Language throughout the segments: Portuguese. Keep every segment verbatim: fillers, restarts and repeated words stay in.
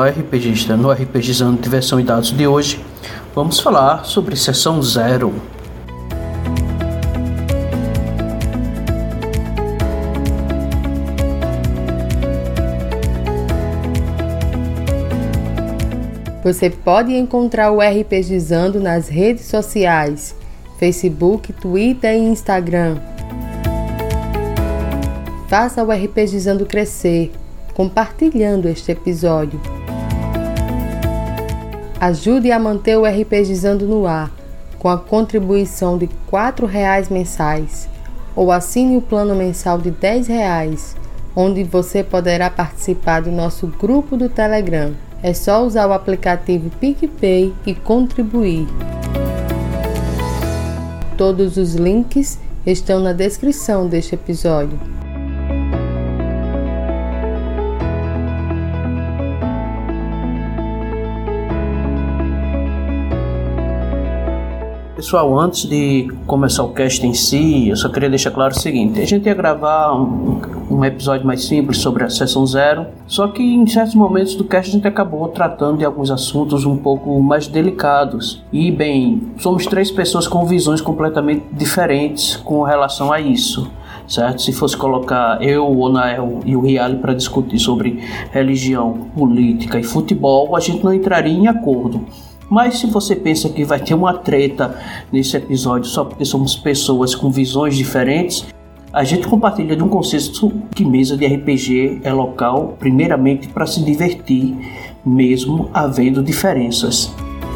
RPGista. No RPGizando Diversão e Dados de hoje, vamos falar sobre Sessão Zero. Você pode encontrar o RPGizando nas redes sociais, Facebook, Twitter e Instagram. Faça o RPGizando crescer, compartilhando este episódio. Ajude a manter o RPGizando no ar, com a contribuição de quatro reais mensais, ou assine o plano mensal de dez reais, onde você poderá participar do nosso grupo do Telegram. É só usar o aplicativo PicPay e contribuir. Todos os links estão na descrição deste episódio. Pessoal, antes de começar o cast em si, eu só queria deixar claro o seguinte: a gente ia gravar um, um episódio mais simples sobre a Sessão Zero, só que em certos momentos do cast a gente acabou tratando de alguns assuntos um pouco mais delicados. E bem, somos três pessoas com visões completamente diferentes com relação a isso, certo? Se fosse colocar eu, o Onael e o Riali para discutir sobre religião, política e futebol, a gente não entraria em acordo. Mas se você pensa que vai ter uma treta nesse episódio só porque somos pessoas com visões diferentes, a gente compartilha de um conceito que mesa de R P G é local, primeiramente para se divertir, mesmo havendo diferenças.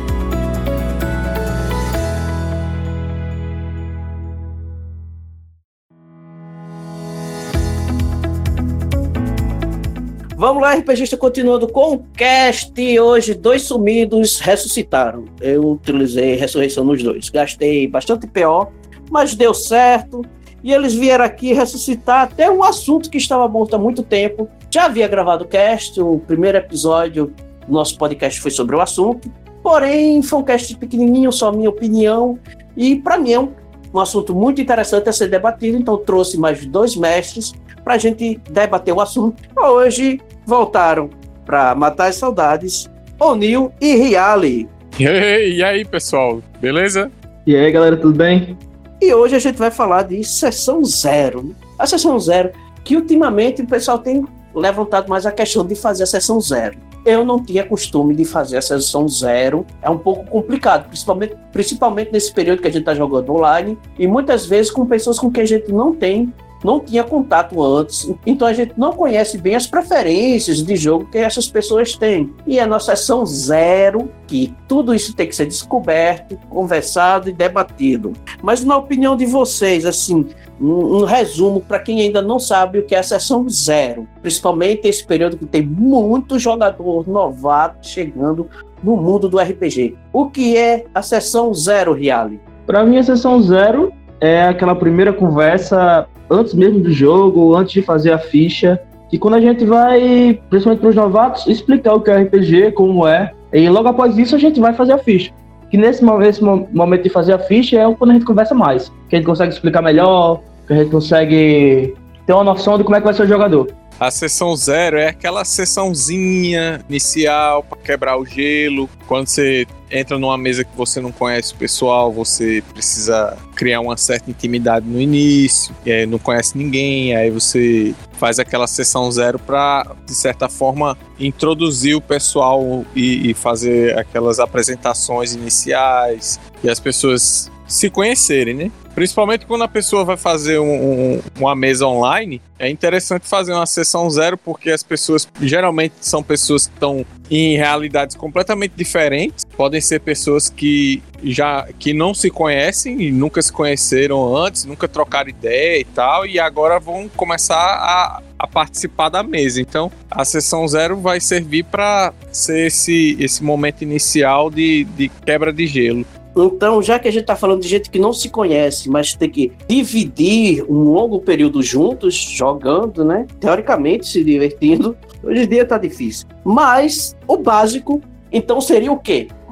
Vamos lá, RPGista, continuando com o cast. Hoje, dois sumidos ressuscitaram. Eu utilizei ressurreição nos dois. Gastei bastante P O, mas deu certo. E eles vieram aqui ressuscitar até um assunto que estava morto há muito tempo. Já havia gravado o cast, o primeiro episódio do nosso podcast foi sobre o assunto. Porém, foi um cast pequenininho, só minha opinião. E, para mim, é um, um assunto muito interessante a ser debatido. Então, trouxe mais dois mestres para a gente debater o assunto. Hoje voltaram para matar as saudades, O'Neill e Riali. E aí, e aí, pessoal, beleza? E aí, galera, tudo bem? E hoje a gente vai falar de Sessão Zero. A Sessão Zero, que ultimamente o pessoal tem levantado mais a questão de fazer a Sessão Zero. Eu não tinha costume de fazer a Sessão Zero, é um pouco complicado, principalmente, principalmente nesse período que a gente está jogando online, e muitas vezes com pessoas com quem a gente não tem não tinha contato antes, então a gente não conhece bem as preferências de jogo que essas pessoas têm. E a nossa Sessão Zero, que tudo isso tem que ser descoberto, conversado e debatido. Mas na opinião de vocês, assim, um, um resumo para quem ainda não sabe o que é a Sessão Zero, principalmente esse período que tem muito jogador novato chegando no mundo do R P G. O que é a Sessão Zero, Riali? Para mim, a Sessão Zero é aquela primeira conversa antes mesmo do jogo, antes de fazer a ficha, e quando a gente vai, principalmente para os novatos, explicar o que é R P G, como é, e logo após isso a gente vai fazer a ficha. Que nesse, nesse momento de fazer a ficha é quando a gente conversa mais, que a gente consegue explicar melhor, que a gente consegue ter uma noção de como é que vai ser o jogador. A sessão zero é aquela sessãozinha inicial para quebrar o gelo. Quando você entra numa mesa que você não conhece o pessoal, você precisa criar uma certa intimidade no início, e aí não conhece ninguém, aí você faz aquela sessão zero para, de certa forma, introduzir o pessoal e, e fazer aquelas apresentações iniciais e as pessoas se conhecerem, né? Principalmente quando a pessoa vai fazer um, um, uma mesa online, é interessante fazer uma sessão zero, porque as pessoas geralmente são pessoas que estão em realidades completamente diferentes. Podem ser pessoas que já que não se conhecem e nunca se conheceram antes, nunca trocaram ideia e tal, e agora vão começar a, a participar da mesa. Então, a sessão zero vai servir para ser esse, esse momento inicial de, de quebra de gelo. Então, já que a gente está falando de gente que não se conhece, mas tem que dividir um longo período juntos, jogando, né? Teoricamente, se divertindo. Hoje em dia tá difícil. Mas o básico, então, seria o quê?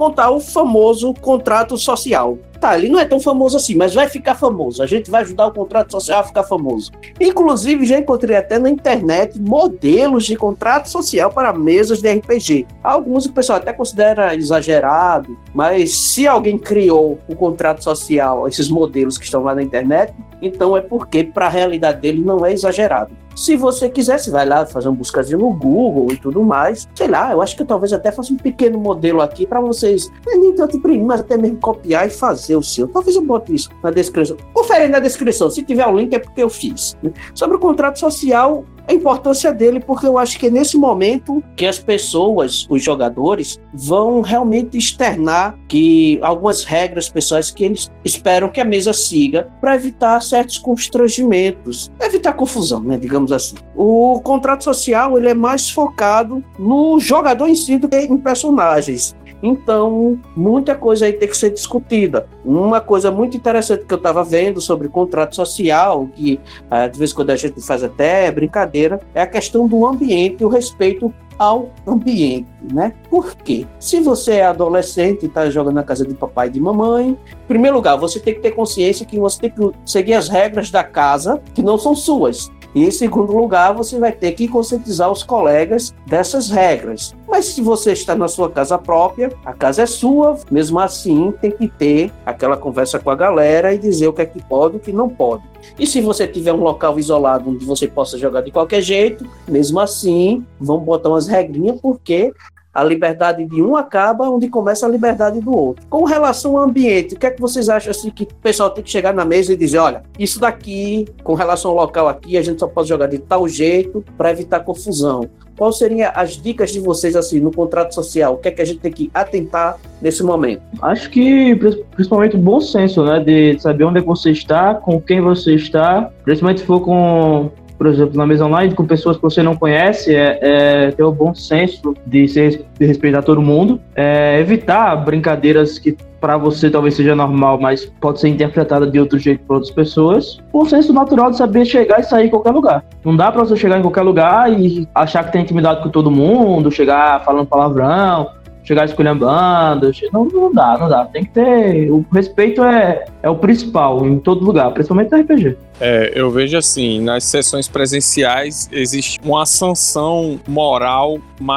montar o famoso contrato social. Tá, ele não é tão famoso assim, mas vai ficar famoso. A gente vai ajudar o contrato social a ficar famoso. Inclusive, já encontrei até na internet modelos de contrato social para mesas de R P G. Alguns o pessoal até considera exagerado, mas se alguém criou o contrato social, esses modelos que estão lá na internet, então é porque para a realidade dele não é exagerado. Se você quiser, você vai lá fazer uma buscazinha no Google e tudo mais. Sei lá, eu acho que eu talvez até faça um pequeno modelo aqui para vocês, nem tanto imprimir, mas até mesmo copiar e fazer o seu. Talvez eu bote isso na descrição. Confere na descrição, se tiver o link é porque eu fiz. Né? Sobre o contrato social, a importância dele, porque eu acho que é nesse momento que as pessoas, os jogadores, vão realmente externar que algumas regras pessoais que eles esperam que a mesa siga para evitar certos constrangimentos, evitar confusão, né, digamos assim. O contrato social ele é mais focado no jogador em si do que em personagens. Então, muita coisa aí tem que ser discutida. Uma coisa muito interessante que eu estava vendo sobre contrato social, que de vez em quando a gente faz até brincadeira, é a questão do ambiente e o respeito ao ambiente, né? Por quê? Se você é adolescente e está jogando na casa de papai e de mamãe, em primeiro lugar, você tem que ter consciência que você tem que seguir as regras da casa, que não são suas. E, em segundo lugar, você vai ter que conscientizar os colegas dessas regras. Mas se você está na sua casa própria, a casa é sua, mesmo assim tem que ter aquela conversa com a galera e dizer o que é que pode e o que não pode. E se você tiver um local isolado onde você possa jogar de qualquer jeito, mesmo assim, vamos botar umas regrinhas, porque a liberdade de um acaba onde começa a liberdade do outro. Com relação ao ambiente, o que é que vocês acham assim, que o pessoal tem que chegar na mesa e dizer, olha, isso daqui, com relação ao local aqui, a gente só pode jogar de tal jeito para evitar confusão. Quais seriam as dicas de vocês assim no contrato social? O que é que a gente tem que atentar nesse momento? Acho que principalmente o bom senso, né? De saber onde você está, com quem você está, principalmente se for com, por exemplo, na mesa online, com pessoas que você não conhece, é, é ter o bom senso de, ser, de respeitar todo mundo, é, evitar brincadeiras que para você talvez seja normal, mas pode ser interpretada de outro jeito por outras pessoas. O senso natural de saber chegar e sair em qualquer lugar. Não dá para você chegar em qualquer lugar e achar que tem intimidade com todo mundo, chegar falando palavrão, chegar esculhambando. Não, não dá, não dá. Tem que ter... O respeito é, é o principal em todo lugar, principalmente no R P G. É, eu vejo assim, nas sessões presenciais existe uma sanção moral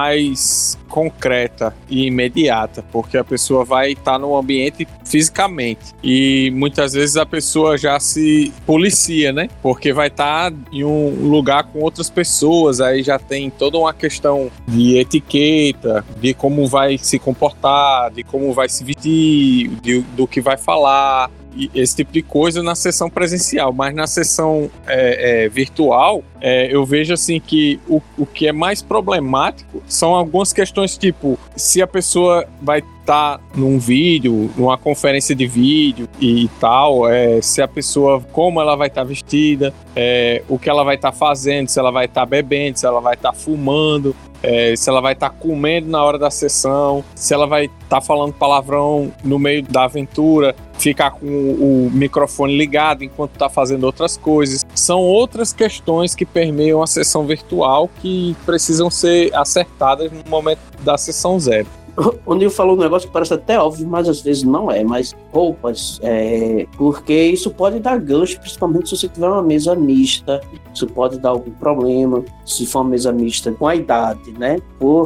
mais concreta e imediata, porque a pessoa vai estar no ambiente fisicamente e muitas vezes a pessoa já se policia, né? Porque vai estar em um lugar com outras pessoas, aí já tem toda uma questão de etiqueta, de como vai se comportar, de como vai se vestir, de, do que vai falar, esse tipo de coisa na sessão presencial, mas na sessão é, é, virtual, é, eu vejo assim que o, o que é mais problemático são algumas questões tipo, se a pessoa vai estar num vídeo, numa conferência de vídeo e tal, é, se a pessoa, como ela vai estar vestida, é, o que ela vai estar fazendo, se ela vai estar bebendo, se ela vai estar fumando, É, se ela vai estar tá comendo na hora da sessão, se ela vai estar tá falando palavrão no meio da aventura, ficar com o, o microfone ligado enquanto está fazendo outras coisas. São outras questões que permeiam a sessão virtual que precisam ser acertadas no momento da sessão zero. O Nil falou um negócio que parece até óbvio, mas às vezes não é, mas roupas, é, porque isso pode dar gancho, principalmente se você tiver uma mesa mista, isso pode dar algum problema, se for uma mesa mista com a idade, né?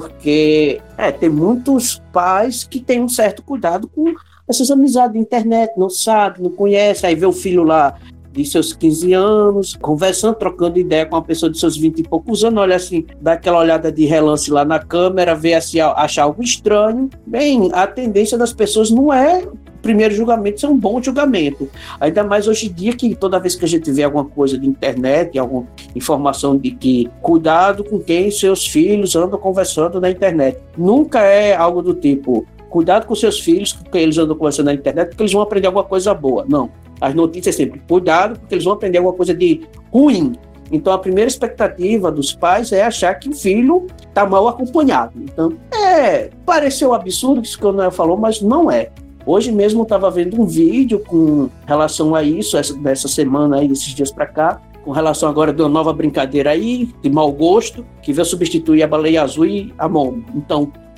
Porque é, tem muitos pais que têm um certo cuidado com essas amizades de internet, não sabe, não conhece, aí vê o filho lá de seus quinze anos, conversando, trocando ideia com uma pessoa de seus vinte e poucos anos, olha assim, dá aquela olhada de relance lá na câmera, vê assim, achar algo estranho. Bem, a tendência das pessoas não é o primeiro julgamento, é um bom julgamento. Ainda mais hoje em dia que toda vez que a gente vê alguma coisa de internet, alguma informação de que cuidado com quem seus filhos andam conversando na internet. Nunca é algo do tipo, cuidado com seus filhos, porque eles andam conversando na internet, porque eles vão aprender alguma coisa boa. Não. As notícias sempre, cuidado, porque eles vão aprender alguma coisa de ruim. Então, a primeira expectativa dos pais é achar que o filho está mal acompanhado. Então, é, pareceu absurdo isso que o Noel falou, mas não é. Hoje mesmo eu estava vendo um vídeo com relação a isso, essa, dessa semana aí, desses dias para cá, com relação agora de uma nova brincadeira aí, de mau gosto, que veio substituir a baleia azul e a Momo. Então,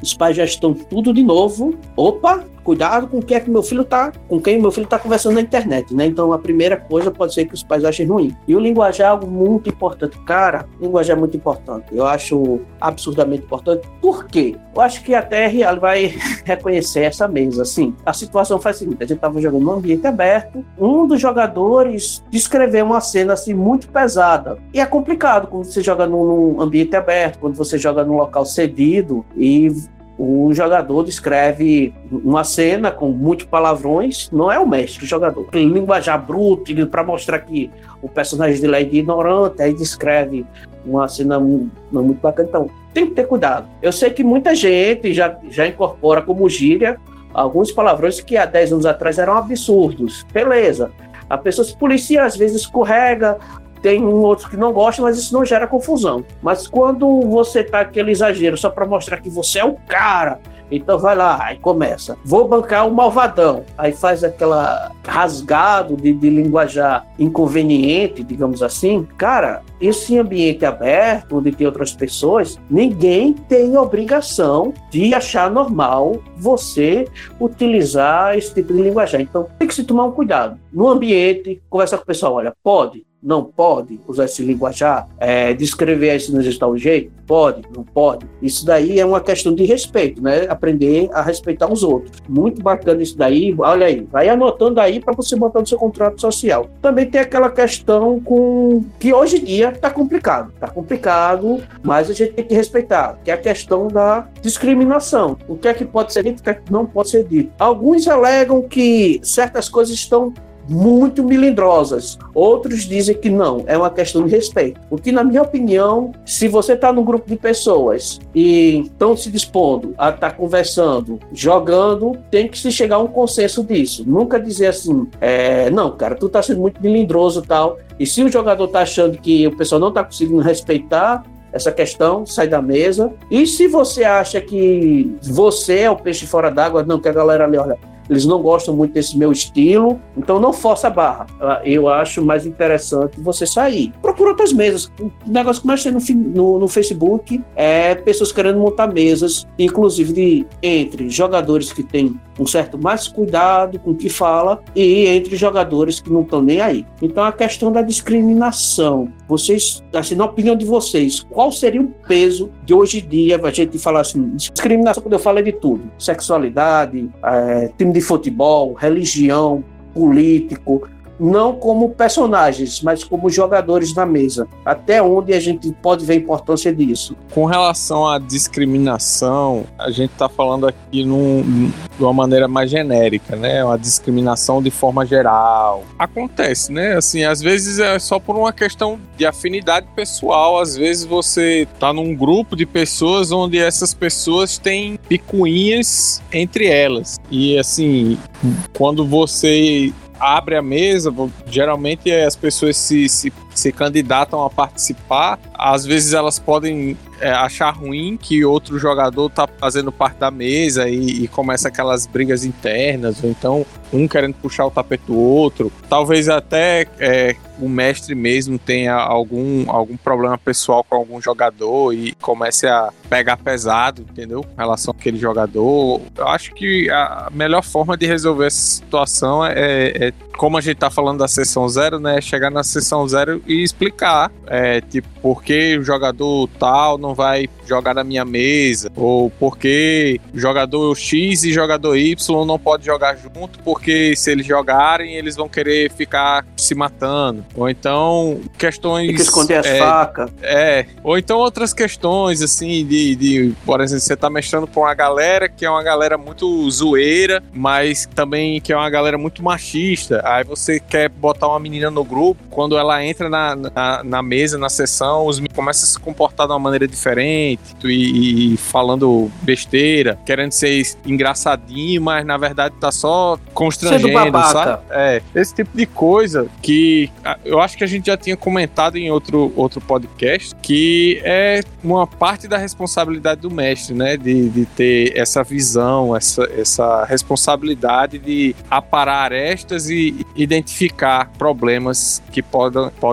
os pais já estão tudo de novo. Opa, cuidado com o que é que meu filho tá, com quem meu filho está conversando na internet, né? Então a primeira coisa pode ser que os pais achem ruim. E o linguajar é algo muito importante. Cara, linguajar é muito importante. Eu acho absurdamente importante. Por quê? Eu acho que até Real vai reconhecer essa mesa. Assim, a situação foi a seguinte: a gente estava jogando num ambiente aberto, um dos jogadores descreveu uma cena assim muito pesada. E é complicado quando você joga num ambiente aberto, quando você joga num local cedido e o jogador descreve uma cena com muitos palavrões. Não é o mestre, o jogador. Tem linguajar bruto para mostrar que o personagem dele é ignorante, aí descreve uma cena não muito bacana. Então, tem que ter cuidado. Eu sei que muita gente já, já incorpora como gíria alguns palavrões que há dez anos atrás eram absurdos. Beleza. A pessoa se policia, às vezes escorrega, tem um outro que não gosta, mas isso não gera confusão. Mas quando você tá aquele exagero só para mostrar que você é o cara, então vai lá, aí começa. Vou bancar o malvadão. Aí faz aquela rasgado de, de linguajar inconveniente, digamos assim. Cara, esse ambiente aberto, onde tem outras pessoas, ninguém tem obrigação de achar normal você utilizar esse tipo de linguajar. Então tem que se tomar um cuidado. No ambiente, conversar com o pessoal, olha, pode? Não pode usar esse linguajar, é, descrever as cenas de tal jeito? Pode? Não pode? Isso daí é uma questão de respeito, né? Aprender a respeitar os outros. Muito bacana isso daí. Olha aí, vai anotando aí para você botar no seu contrato social. Também tem aquela questão com que hoje em dia está complicado. Está complicado, mas a gente tem que respeitar, que é a questão da discriminação. O que é que pode ser dito, o que é que não pode ser dito. Alguns alegam que certas coisas estão muito melindrosas. Outros dizem que não, é uma questão de respeito. O que, na minha opinião, se você está num grupo de pessoas e estão se dispondo a estar tá conversando, jogando, tem que se chegar a um consenso disso. Nunca dizer assim, é, não, cara, tu tá sendo muito melindroso e tal. E se o jogador tá achando que o pessoal não tá conseguindo respeitar essa questão, sai da mesa. E se você acha que você é o peixe fora d'água, não, que a galera ali, olha, eles não gostam muito desse meu estilo, então não força a barra. Eu acho mais interessante você sair. Procura outras mesas. O negócio que mais tem no, no, no Facebook é pessoas querendo montar mesas, inclusive de, entre jogadores que têm um certo mais cuidado com o que fala e entre jogadores que não estão nem aí. Então a questão da discriminação, vocês, assim, na opinião de vocês, qual seria o peso de hoje em dia, a gente falar assim, discriminação, quando eu falo é de tudo, sexualidade, é, time de futebol, religião, político, não como personagens, mas como jogadores na mesa. Até onde a gente pode ver a importância disso? Com relação à discriminação, a gente está falando aqui num, de uma maneira mais genérica, né? Uma discriminação de forma geral. Acontece, né? Assim, às vezes é só por uma questão de afinidade pessoal. Às vezes você está num grupo de pessoas onde essas pessoas têm picuinhas entre elas. E assim, quando você abre a mesa, geralmente as pessoas se, se, se candidatam a participar, às vezes elas podem é, achar ruim que outro jogador está fazendo parte da mesa e, e começa aquelas brigas internas, ou então um querendo puxar o tapete do outro, talvez até é, o mestre mesmo tenha algum, algum problema pessoal com algum jogador e comece a pegar pesado, entendeu? Em relação àquele jogador. Eu acho que a melhor forma de resolver essa situação é, é como a gente tá falando da sessão zero, né? Chegar na sessão zero e explicar, é, tipo, por que o jogador tal não vai jogar na minha mesa, ou por que jogador X e jogador Y não pode jogar junto, porque se eles jogarem, eles vão querer ficar se matando. Ou então, questões... Tem que esconder as é, facas. É, ou então outras questões, assim, de, de, por exemplo, você tá mexendo com uma galera que é uma galera muito zoeira, mas também que é uma galera muito machista. Aí você quer botar uma menina no grupo, quando ela entra na, na, na mesa, na sessão, os meninos começam a se comportar de uma maneira diferente e, e falando besteira, querendo ser engraçadinho, mas na verdade tá só constrangendo, sabe? É, esse tipo de coisa que eu acho que a gente já tinha comentado em outro, outro podcast, que é uma parte da responsabilidade do mestre, né? De, de ter essa visão, essa, essa responsabilidade de aparar arestas e identificar problemas que podem, podem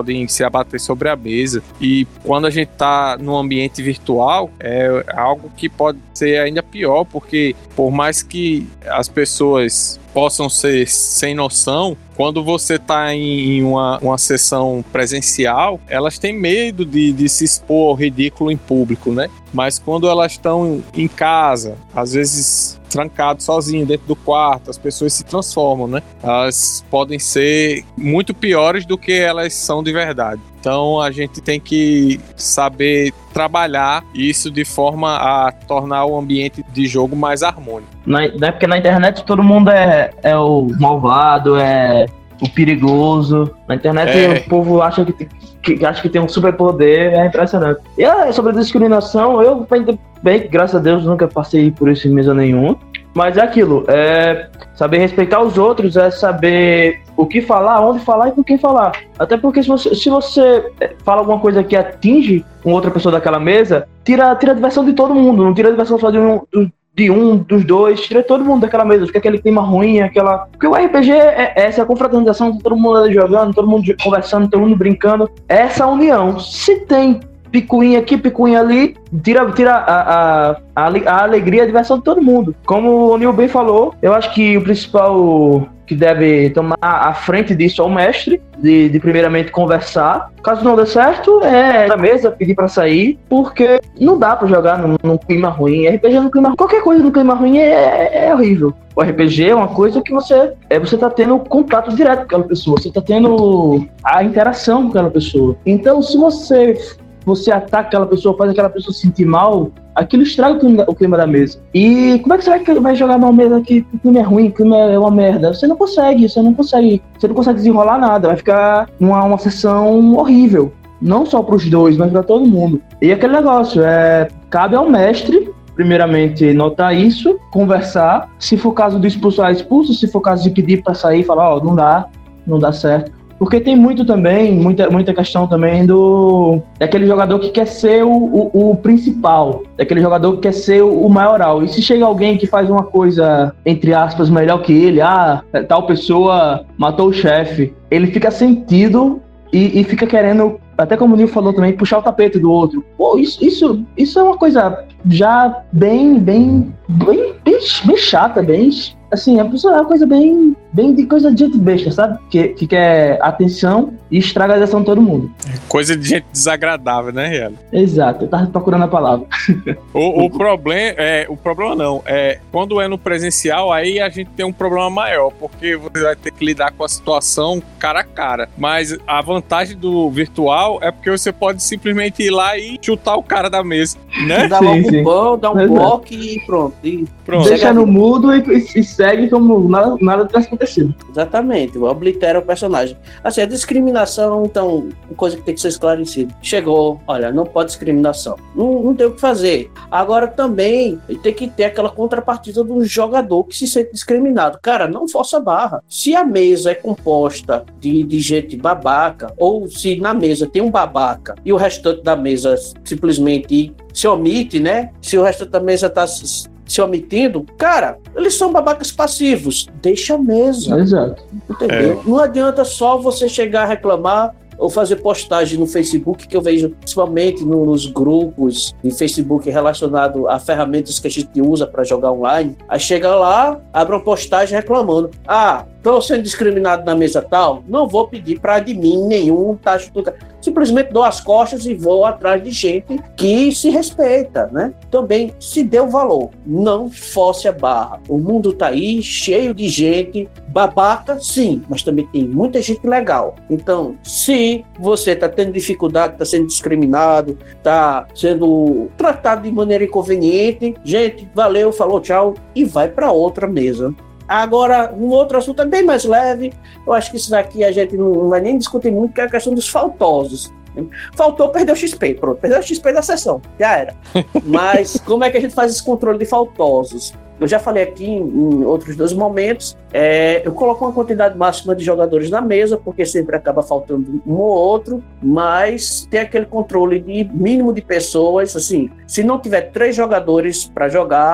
podem se abater sobre a mesa. E quando a gente está no ambiente virtual, é algo que pode ser ainda pior, porque por mais que as pessoas possam ser sem noção, quando você está em uma, uma sessão presencial, elas têm medo de, de se expor ao ridículo em público, né? Mas quando elas estão em casa, às vezes trancado sozinho dentro do quarto, as pessoas se transformam, né? Elas podem ser muito piores do que elas são de verdade. Então a gente tem que saber trabalhar isso de forma a tornar o ambiente de jogo mais harmônico. Na, é porque na internet todo mundo é, é o malvado, é o perigoso. Na internet é. O povo acha que, que, acha que tem um superpoder, é impressionante. E ah, sobre a discriminação, eu bem, graças a Deus, nunca passei por isso em mesa nenhuma. Mas é aquilo, é saber respeitar os outros, é saber o que falar, onde falar e com quem falar. Até porque se você, se você fala alguma coisa que atinge uma outra pessoa daquela mesa, tira, tira a diversão de todo mundo, não tira a diversão só de um, de um, dos dois, tira todo mundo daquela mesa, fica aquele clima ruim, aquela... Porque o R P G é essa, é a confraternização, todo mundo ali jogando, todo mundo conversando, todo mundo brincando, é essa união. Se tem picuinha aqui, picuinha ali, tira, tira a, a, a, a alegria, a diversão de todo mundo. Como o Nil bem falou, eu acho que o principal que deve tomar a frente disso é o mestre, de, de primeiramente conversar. Caso não dê certo, é na mesa, pedir pra sair, porque não dá pra jogar num, num clima ruim. R P G no clima, qualquer coisa no clima ruim é, é horrível. O R P G é uma coisa que você, é, você tá tendo contato direto com aquela pessoa, você tá tendo a interação com aquela pessoa. Então, se você você ataca aquela pessoa, faz aquela pessoa se sentir mal, aquilo estraga o clima, o clima da mesa. E como é que você vai, vai jogar numa mesa que o clima é ruim, o clima é uma merda? Você não consegue, você não consegue, você não consegue desenrolar nada, vai ficar uma, uma sessão horrível. Não só para os dois, mas para todo mundo. E aquele negócio, é, cabe ao mestre, primeiramente, notar isso, conversar. Se for caso de expulsar, expulso. Se for caso de pedir para sair, falar, ó, oh, não dá, não dá certo. Porque tem muito também, muita, muita questão também do daquele jogador que quer ser o, o, o principal, daquele jogador que quer ser o, o maioral. E se chega alguém que faz uma coisa, entre aspas, melhor que ele, ah, tal pessoa matou o chefe, ele fica sentido e, e fica querendo, até como o Nil falou também, puxar o tapete do outro. Pô, isso, isso, isso é uma coisa já bem, bem, bem, bem, bem chata, bem... Assim, é uma coisa bem, bem de coisa de gente besta, sabe? Que, que quer atenção e estraga a ação de todo mundo. Coisa de gente desagradável, né, Riel? Exato, eu tava procurando a palavra. O, o problema, é, o problema não, é quando é no presencial, aí a gente tem um problema maior, porque você vai ter que lidar com a situação cara a cara. Mas a vantagem do virtual é porque você pode simplesmente ir lá e chutar o cara da mesa, né? Dá logo um pão, dá um bloco e pronto. E pronto. Deixa no mudo e, e, e segue como nada, nada tivesse acontecido. Exatamente, oblitera o personagem. Assim, a discriminação, então, coisa que tem que ser esclarecida. Chegou, olha, não pode discriminação. Não, não tem o que fazer. Agora também tem que ter aquela contrapartida do jogador que se sente discriminado. Cara, não força a barra. Se a mesa é composta de, de gente babaca, ou se na mesa tem um babaca e o restante da mesa simplesmente se omite, né? Se o restante da mesa tá se omitindo, cara, eles são babacas passivos. Deixa a mesa. Exato. Entendeu? É. Não adianta só você chegar a reclamar ou fazer postagem no Facebook, que eu vejo principalmente nos grupos de Facebook relacionado a ferramentas que a gente usa para jogar online. Aí chega lá, abre uma postagem reclamando. Ah, estou sendo discriminado na mesa tal, não vou pedir para admin nenhum, tá? Simplesmente dou as costas e vou atrás de gente que se respeita, né? Também se dê o valor, não force a barra. O mundo tá aí cheio de gente babaca, sim, mas também tem muita gente legal. Então, se você tá tendo dificuldade, tá sendo discriminado, tá sendo tratado de maneira inconveniente, gente, valeu, falou, tchau, e vai para outra mesa. Agora, um outro assunto é bem mais leve, eu acho que isso daqui a gente não vai nem discutir muito, que é a questão dos faltosos. Faltou, perdeu o X P, pronto, perdeu o X P da sessão, já era. Mas como é que a gente faz esse controle de faltosos? Eu já falei aqui em, em outros dois momentos, é, eu coloco uma quantidade máxima de jogadores na mesa, porque sempre acaba faltando um ou outro, mas tem aquele controle de mínimo de pessoas, assim, se não tiver três jogadores para jogar,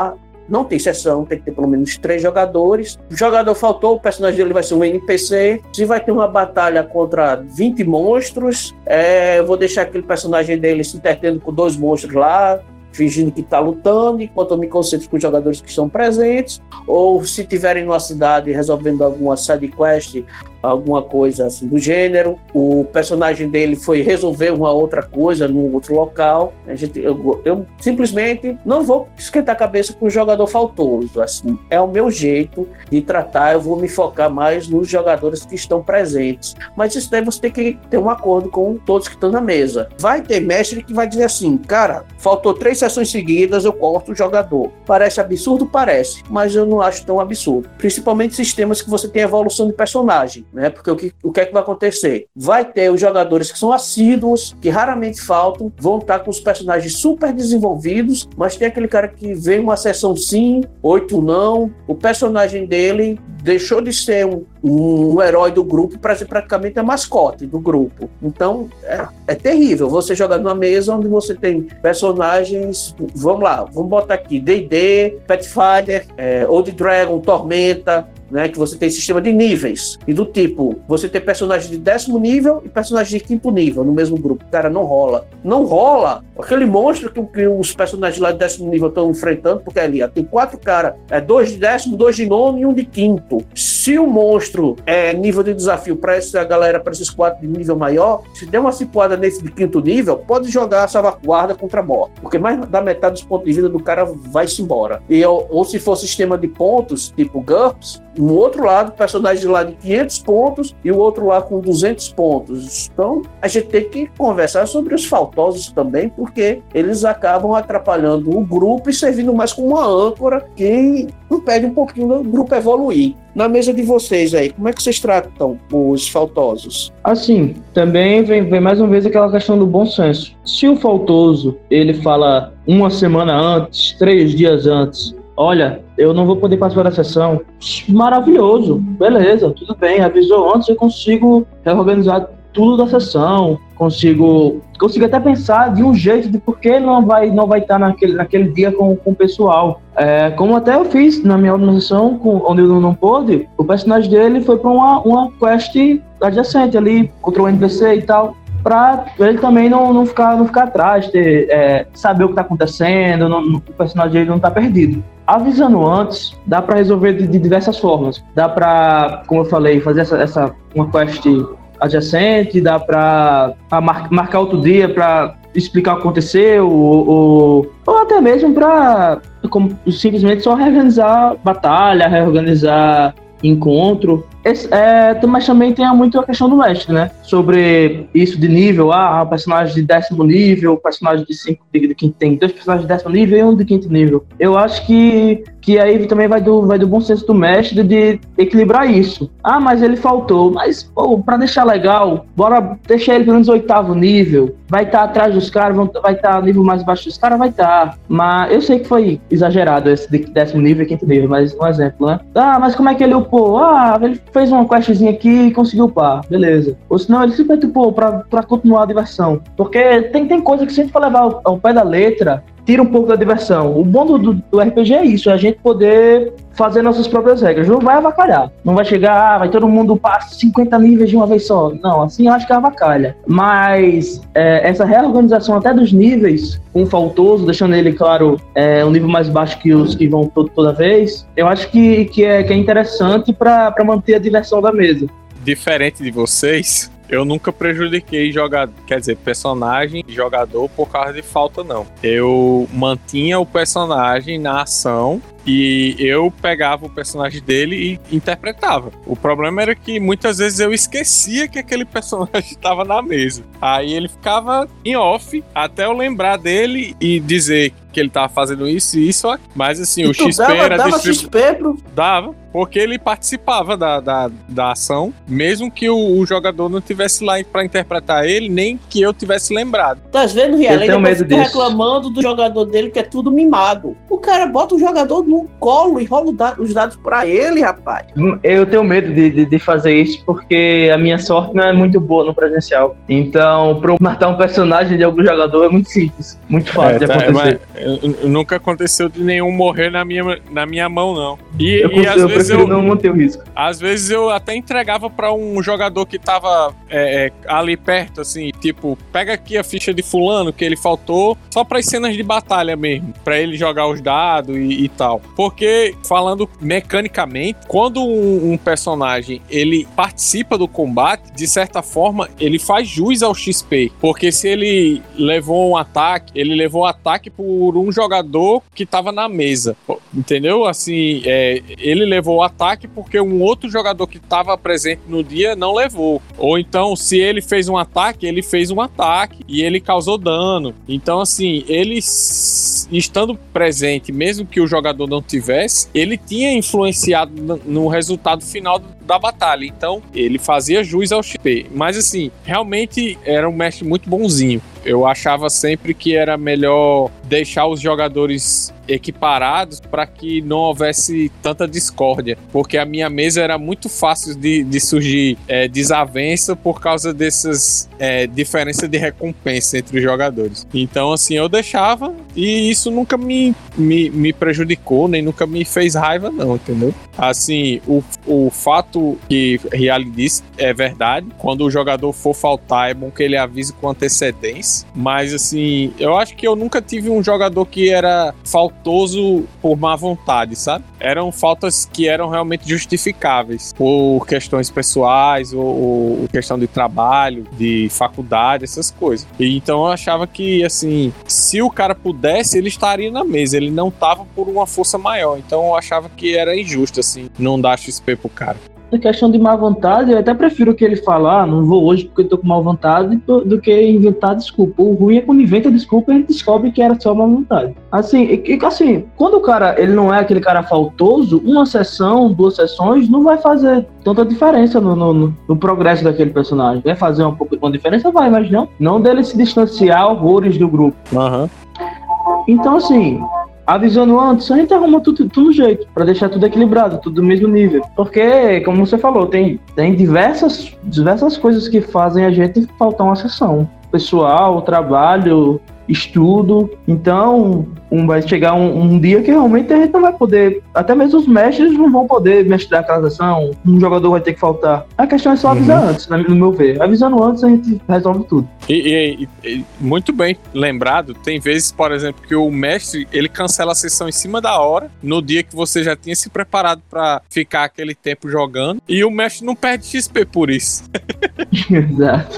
não tem sessão, tem que ter pelo menos três jogadores. O jogador faltou, o personagem dele vai ser um N P C. Se vai ter uma batalha contra vinte monstros, é, eu vou deixar aquele personagem dele se entretendo com dois monstros lá, fingindo que está lutando, enquanto eu me concentro com os jogadores que estão presentes, ou se tiverem numa cidade resolvendo alguma side quest, alguma coisa assim do gênero, o personagem dele foi resolver uma outra coisa num outro local. A gente, eu, eu simplesmente não vou esquentar a cabeça com o jogador faltoso. Assim, é o meu jeito de tratar, eu vou me focar mais nos jogadores que estão presentes. Mas isso daí você tem que ter um acordo com todos que estão na mesa. Vai ter mestre que vai dizer assim, cara, faltou três sessões seguidas, eu corto o jogador. Parece absurdo? Parece, mas eu não acho tão absurdo. Principalmente sistemas que você tem evolução de personagem. Né? Porque o que, o que é que vai acontecer? Vai ter os jogadores que são assíduos, que raramente faltam, vão estar com os personagens super desenvolvidos, mas tem aquele cara que vem uma sessão sim, oito não, o personagem dele deixou de ser um, um, um herói do grupo para ser praticamente a mascote do grupo. Então, é, é terrível você jogar numa mesa onde você tem personagens, vamos lá, vamos botar aqui, D e D, Pathfinder, é, Old Dragon, Tormenta, né, que você tem sistema de níveis, e do tipo, você tem personagem de décimo nível e personagem de quinto nível no mesmo grupo. Cara, não rola. Não rola aquele monstro que, que os personagens lá de décimo nível estão enfrentando, porque ali ó, tem quatro caras, é dois de décimo, dois de nono e um de quinto. Se o monstro é nível de desafio para essa galera, para esses quatro de nível maior, se der uma cipuada nesse de quinto nível, pode jogar a salvaguarda contra a morte, porque mais da metade dos pontos de vida do cara vai-se embora. E, ou, ou se for sistema de pontos, tipo GURPS, no outro lado, personagem lá de quinhentos pontos e o outro lá com duzentos pontos. Então, a gente tem que conversar sobre os faltosos também, porque eles acabam atrapalhando o grupo e servindo mais como uma âncora que impede um pouquinho do grupo evoluir. Na mesa de vocês aí, como é que vocês tratam os faltosos? Assim, também vem, vem mais uma vez aquela questão do bom senso. Se o faltoso, ele fala uma semana antes, três dias antes, olha, eu não vou poder participar da sessão, maravilhoso, beleza, tudo bem, avisou antes, eu consigo reorganizar tudo da sessão, consigo, consigo até pensar de um jeito de por que não vai, não vai estar naquele, naquele dia com, com o pessoal. É, como até eu fiz na minha organização, com, onde eu não pôde, o personagem dele foi para uma, uma quest adjacente ali, contra o N P C e tal, para ele também não, não, ficar, não ficar atrás, ter, é, saber o que está acontecendo, não, o personagem dele não está perdido. Avisando antes, dá para resolver de, de diversas formas. Dá para, como eu falei, fazer essa, essa uma quest adjacente, dá para mar, marcar outro dia para explicar o que aconteceu, ou, ou, ou até mesmo para simplesmente só reorganizar batalha, reorganizar encontro. Esse, é, mas também tem muito a questão do mestre, né? Sobre isso de nível, ah, personagem de décimo nível, personagem de cinco, de, de quinto, tem dois personagens de décimo nível e um de quinto nível. Eu acho que, que aí também vai do, vai do bom senso do mestre de equilibrar isso. Ah, mas ele faltou. Mas, pô, pra deixar legal, bora deixar ele pelo menos oitavo nível. Vai estar tá atrás dos caras, vai estar tá nível mais baixo dos caras, vai estar. Tá. Mas eu sei que foi exagerado esse de décimo nível e quinto nível, mas um exemplo, né? Ah, mas como é que ele upou? Ah, ele fez uma questzinha aqui e conseguiu upar, beleza. Ou senão ele simplesmente upou pra, pra continuar a diversão. Porque tem, tem coisa que se a gente for levar ao, ao pé da letra, tira um pouco da diversão. O bom do, do, do R P G é isso, é a gente poder fazer nossas próprias regras. Não vai avacalhar. Não vai chegar, ah, vai todo mundo upar cinquenta níveis de uma vez só. Não, assim eu acho que é avacalha. Mas é, essa reorganização até dos níveis, com o faltoso, deixando ele, claro, é, um nível mais baixo que os que vão todo, toda vez, eu acho que, que, é, que é interessante para manter a diversão da mesa. Diferente de vocês, eu nunca prejudiquei jogador, quer dizer, personagem e jogador por causa de falta, não. Eu mantinha o personagem na ação e eu pegava o personagem dele e interpretava. O problema era que muitas vezes eu esquecia que aquele personagem estava na mesa. Aí ele ficava em off até eu lembrar dele e dizer que ele estava fazendo isso e isso. Mas assim, e o X P dava, era dava distribu... X P pro... Dava, porque ele participava da, da, da ação, mesmo que o, o jogador não tivesse lá para interpretar ele, nem que eu tivesse lembrado. Tá vendo, Riel? Ele Ele fica reclamando do jogador dele que é tudo mimado. O cara bota o jogador no no colo e rolo da- os dados pra ele, rapaz. Eu tenho medo de, de, de fazer isso porque a minha sorte não é muito boa no presencial. Então, pra eu matar um personagem de algum jogador é muito simples, muito fácil É, de tá, acontecer. mas, eu- nunca aconteceu de nenhum morrer na minha, na minha mão, não. E, Eu, e consigo, às eu vezes prefiro eu, não manter o risco. às vezes eu até entregava pra um jogador que tava é, é, ali perto, assim, tipo, pega aqui a ficha de fulano que ele faltou, só para as cenas de batalha mesmo, pra ele jogar os dados e, e tal. Porque, falando mecanicamente, quando um, um personagem ele participa do combate, de certa forma, ele faz jus ao X P. Porque se ele levou um ataque, ele levou o ataque por um jogador que tava na mesa. Entendeu? Assim, é, ele levou o ataque porque um outro jogador que tava presente no dia não levou. Ou então, se ele fez um ataque, ele fez um ataque e ele causou dano. Então, assim, ele estando presente, mesmo que o jogador não tivesse, ele tinha influenciado no resultado final da batalha. Então, ele fazia jus ao X P. Mas, assim, realmente era um mestre muito bonzinho. Eu achava sempre que era melhor deixar os jogadores equiparados para que não houvesse tanta discórdia, porque a minha mesa era muito fácil de, de surgir é, desavença por causa dessas é, diferenças de recompensa entre os jogadores. Então, assim, eu deixava e isso nunca me, me, me prejudicou, nem nunca me fez raiva, não, entendeu? Assim, o, o fato que Reale disse é verdade. Quando o jogador for faltar, é bom que ele avise com antecedência, mas, assim, eu acho que eu nunca tive um jogador que era faltoso por má vontade, sabe? Eram faltas que eram realmente justificáveis por questões pessoais ou, ou questão de trabalho, de faculdade, essas coisas. E então eu achava que, assim, se o cara pudesse, ele estaria na mesa. Ele não tava por uma força maior. Então eu achava que era injusto, assim, não dar X P pro cara. A questão de má vontade, eu até prefiro que ele falar, ah, não vou hoje porque eu tô com má vontade, do, do que inventar desculpa. O ruim é quando inventa desculpa e a gente descobre que era só má vontade. Assim, e, assim, quando o cara ele não é aquele cara faltoso, uma sessão, duas sessões, não vai fazer tanta diferença no, no, no progresso daquele personagem. Vai fazer um pouco de diferença? Vai, mas não. Não dele se distanciar horrores do grupo. Aham. Então, assim, avisando antes, a gente arruma tudo, tudo no jeito, pra deixar tudo equilibrado, tudo do mesmo nível. Porque, como você falou, tem, tem diversas, diversas coisas que fazem a gente faltar uma sessão. Pessoal, trabalho, estudo. Então, um, vai chegar um, um dia que realmente a gente não vai poder, até mesmo os mestres não vão poder mestrar aquela sessão, um jogador vai ter que faltar. A questão é só avisar uhum. antes, no meu ver. Avisando antes, a gente resolve tudo. E, e, e muito bem lembrado, tem vezes, por exemplo, que o mestre, ele cancela a sessão em cima da hora, no dia que você já tinha se preparado pra ficar aquele tempo jogando, e o mestre não perde X P por isso. Exato.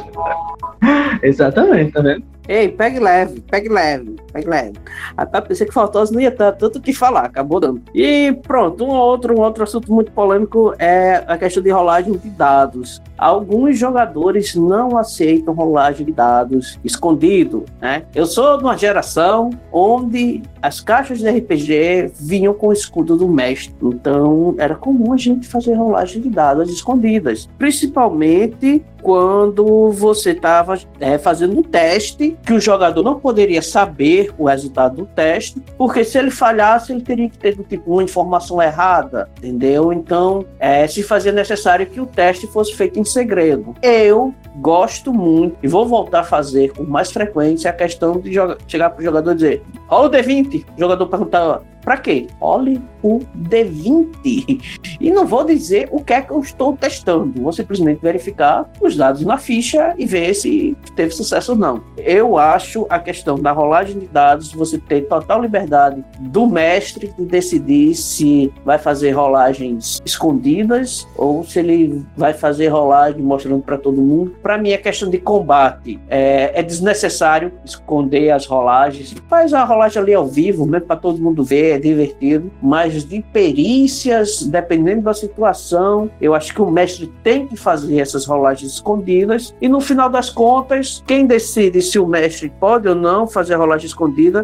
Exatamente, tá vendo? Ei, pegue leve, pegue leve, pegue leve. Até pensei que faltoso não ia ter tanto o que falar, acabou dando. E pronto, um outro, um outro assunto muito polêmico é a questão de rolagem de dados. Alguns jogadores não aceitam rolagem de dados escondido, né? Eu sou de uma geração onde as caixas de R P G vinham com o escudo do mestre. Então, era comum a gente fazer rolagem de dados escondidas. Principalmente quando você estava é, fazendo um teste que o jogador não poderia saber o resultado do teste, porque se ele falhasse, ele teria que ter tipo, uma informação errada, entendeu? Então, é, se fazia necessário que o teste fosse feito em segredo. Eu gosto muito, e vou voltar a fazer com mais frequência, a questão de joga- chegar para o jogador e dizer, rola o D vinte, o jogador perguntar, pra quê? Role o D vinte. E não vou dizer o que é que eu estou testando, vou simplesmente verificar os dados na ficha e ver se teve sucesso ou não. Eu acho a questão da rolagem de dados, você ter total liberdade do mestre de decidir se vai fazer rolagens escondidas ou se ele vai fazer rolagem mostrando para todo mundo. Para mim, a questão de combate é, é desnecessário esconder as rolagens. Faz a rolagem ali ao vivo, mesmo para todo mundo ver, é divertido. Mas de perícias, dependendo da situação, eu acho que o mestre tem que fazer essas rolagens escondidas. E no final das contas, quem decide se o mestre pode ou não fazer a rolagem escondida,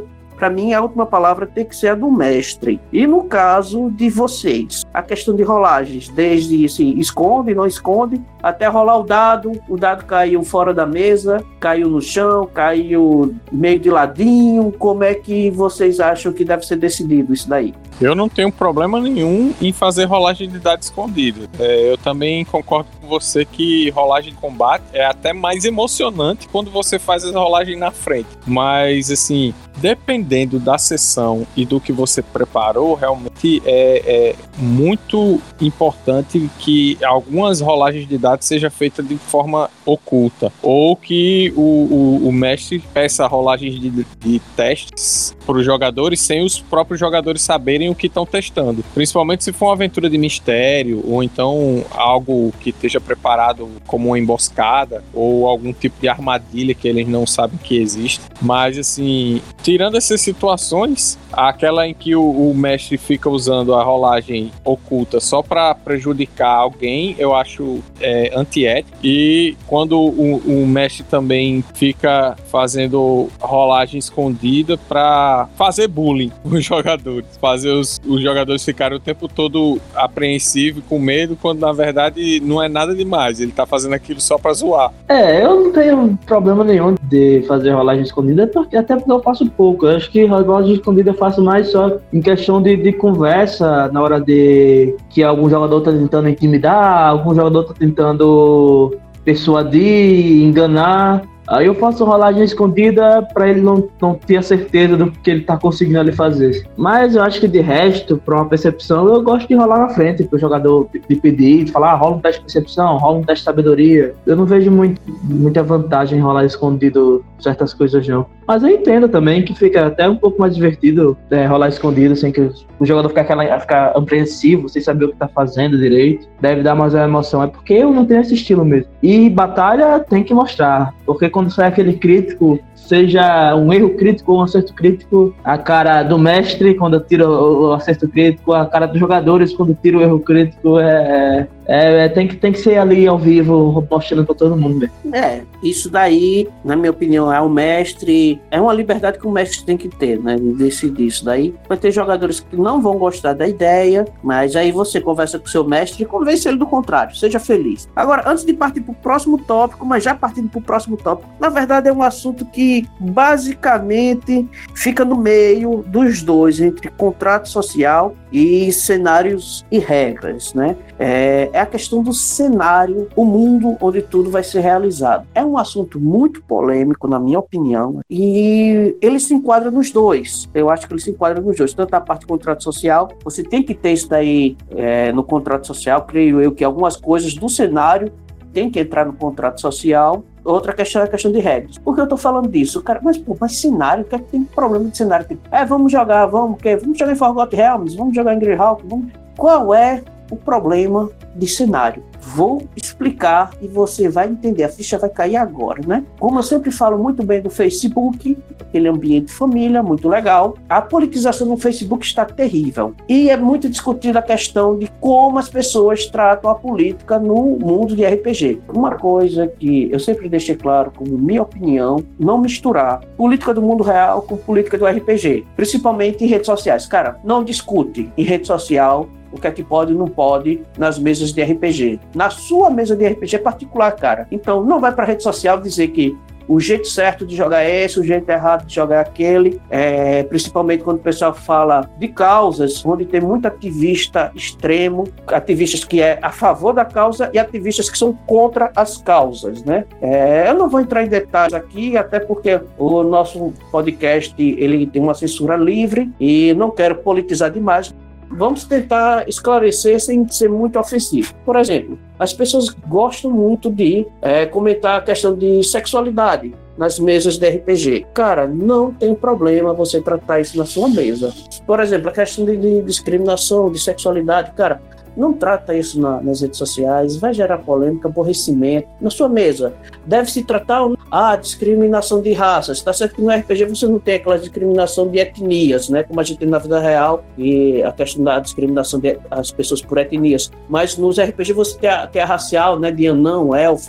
para mim a última palavra tem que ser a do mestre. E no caso de vocês, a questão de rolagens, desde assim, esconde, não esconde, até rolar o dado, o dado caiu fora da mesa, caiu no chão, caiu meio de ladinho, como é que vocês acham que deve ser decidido isso daí? Eu não tenho problema nenhum em fazer rolagem de dado escondido. É, eu também concordo com você que rolagem de combate é até mais emocionante quando você faz essa rolagem na frente. Mas, assim, dependendo da sessão e do que você preparou, realmente é, é muito importante que algumas rolagens de dados sejam feitas de forma oculta. Ou que o, o, o mestre peça rolagens de, de testes para os jogadores sem os próprios jogadores saberem o que estão testando. Principalmente se for uma aventura de mistério, ou então algo que esteja preparado como uma emboscada, ou algum tipo de armadilha que eles não sabem que existe. Mas, assim, tirando essas situações, aquela em que o, o mestre fica usando a rolagem oculta só para prejudicar alguém, eu acho é, antiético. E quando o, o mestre também fica fazendo rolagem escondida para fazer bullying com os jogadores, fazer os, os jogadores ficarem o tempo todo apreensivos, com medo, quando na verdade não é nada demais, ele tá fazendo aquilo só para zoar. É, eu não tenho problema nenhum de fazer rolagem escondida, porque, até porque eu faço pouco. Eu acho que rolagem escondida eu faço mais só em questão de, de conversa, na hora de que algum jogador tá tentando intimidar, algum jogador tá tentando persuadir, enganar. Aí eu faço rolagem escondida pra ele não, não ter a certeza do que ele tá conseguindo ali fazer. Mas eu acho que de resto, pra uma percepção, eu gosto de rolar na frente pro jogador de pedir, de falar, ah, rola um teste de percepção, rola um teste de sabedoria. Eu não vejo muito, muita vantagem em rolar escondido certas coisas não. Mas eu entendo também que fica até um pouco mais divertido é, rolar escondido, sem que o jogador ficar, aquela, ficar apreensivo, sem saber o que tá fazendo direito. Deve dar mais uma emoção. É porque eu não tenho esse estilo mesmo. E batalha tem que mostrar. Porque quando sai aquele crítico, seja um erro crítico ou um acerto crítico, a cara do mestre quando tira o acerto crítico, a cara dos jogadores quando tira o erro crítico, é, é, é, tem, que, tem que ser ali ao vivo, mostrando pra todo mundo. É, isso daí, na minha opinião, é o mestre, é uma liberdade que o mestre tem que ter, né, de decidir isso daí. Vai ter jogadores que não vão gostar da ideia, mas aí você conversa com o seu mestre e convence ele do contrário, seja feliz. Agora, antes de partir pro próximo tópico, mas já partindo pro próximo tópico, na verdade é um assunto que basicamente fica no meio dos dois, entre contrato social e cenários e regras, né? É, é a questão do cenário, o mundo onde tudo vai ser realizado. É um assunto muito polêmico, na minha opinião, e ele se enquadra nos dois. Eu acho que ele se enquadra nos dois. Tanto a parte do contrato social, você tem que ter isso daí é, no contrato social, creio eu que algumas coisas do cenário tem que entrar no contrato social. Outra questão é a questão de regras. Por que eu tô falando disso? Cara, mas, pô, mas cenário, o que é que tem problema de cenário? É, vamos jogar, vamos, que, vamos jogar em Forgotten Realms, vamos jogar em Greyhawk, vamos... Qual é o problema de cenário? Vou explicar e você vai entender, a ficha vai cair agora, né? Como eu sempre falo muito bem do Facebook, aquele ambiente de família, muito legal, a politização no Facebook está terrível. E é muito discutida a questão de como as pessoas tratam a política no mundo de R P G. Uma coisa que eu sempre deixei claro, como minha opinião, não misturar política do mundo real com política do R P G, principalmente em redes sociais. Cara, não discute em rede social o que é que pode e não pode nas mesas de R P G. Na sua mesa de R P G particular, cara. Então, não vai para a rede social dizer que o jeito certo de jogar é esse, o jeito errado de jogar é aquele, é, principalmente quando o pessoal fala de causas, onde tem muito ativista extremo, ativistas que é a favor da causa e ativistas que são contra as causas, né? É, eu não vou entrar em detalhes aqui, até porque o nosso podcast ele tem uma censura livre e não quero politizar demais. Vamos tentar esclarecer sem ser muito ofensivo. Por exemplo, as pessoas gostam muito de é, comentar a questão de sexualidade nas mesas de R P G. Cara, não tem problema você tratar isso na sua mesa. Por exemplo, a questão de, de discriminação, de sexualidade, cara, não trata isso na, nas redes sociais, vai gerar polêmica, aborrecimento. Na sua mesa, deve-se tratar a discriminação de raças. Está certo que no R P G você não tem aquela discriminação de etnias, né, como a gente tem na vida real, e a questão da discriminação das pessoas por etnias. Mas nos R P G você tem a, tem a racial, né, de anão, elfo,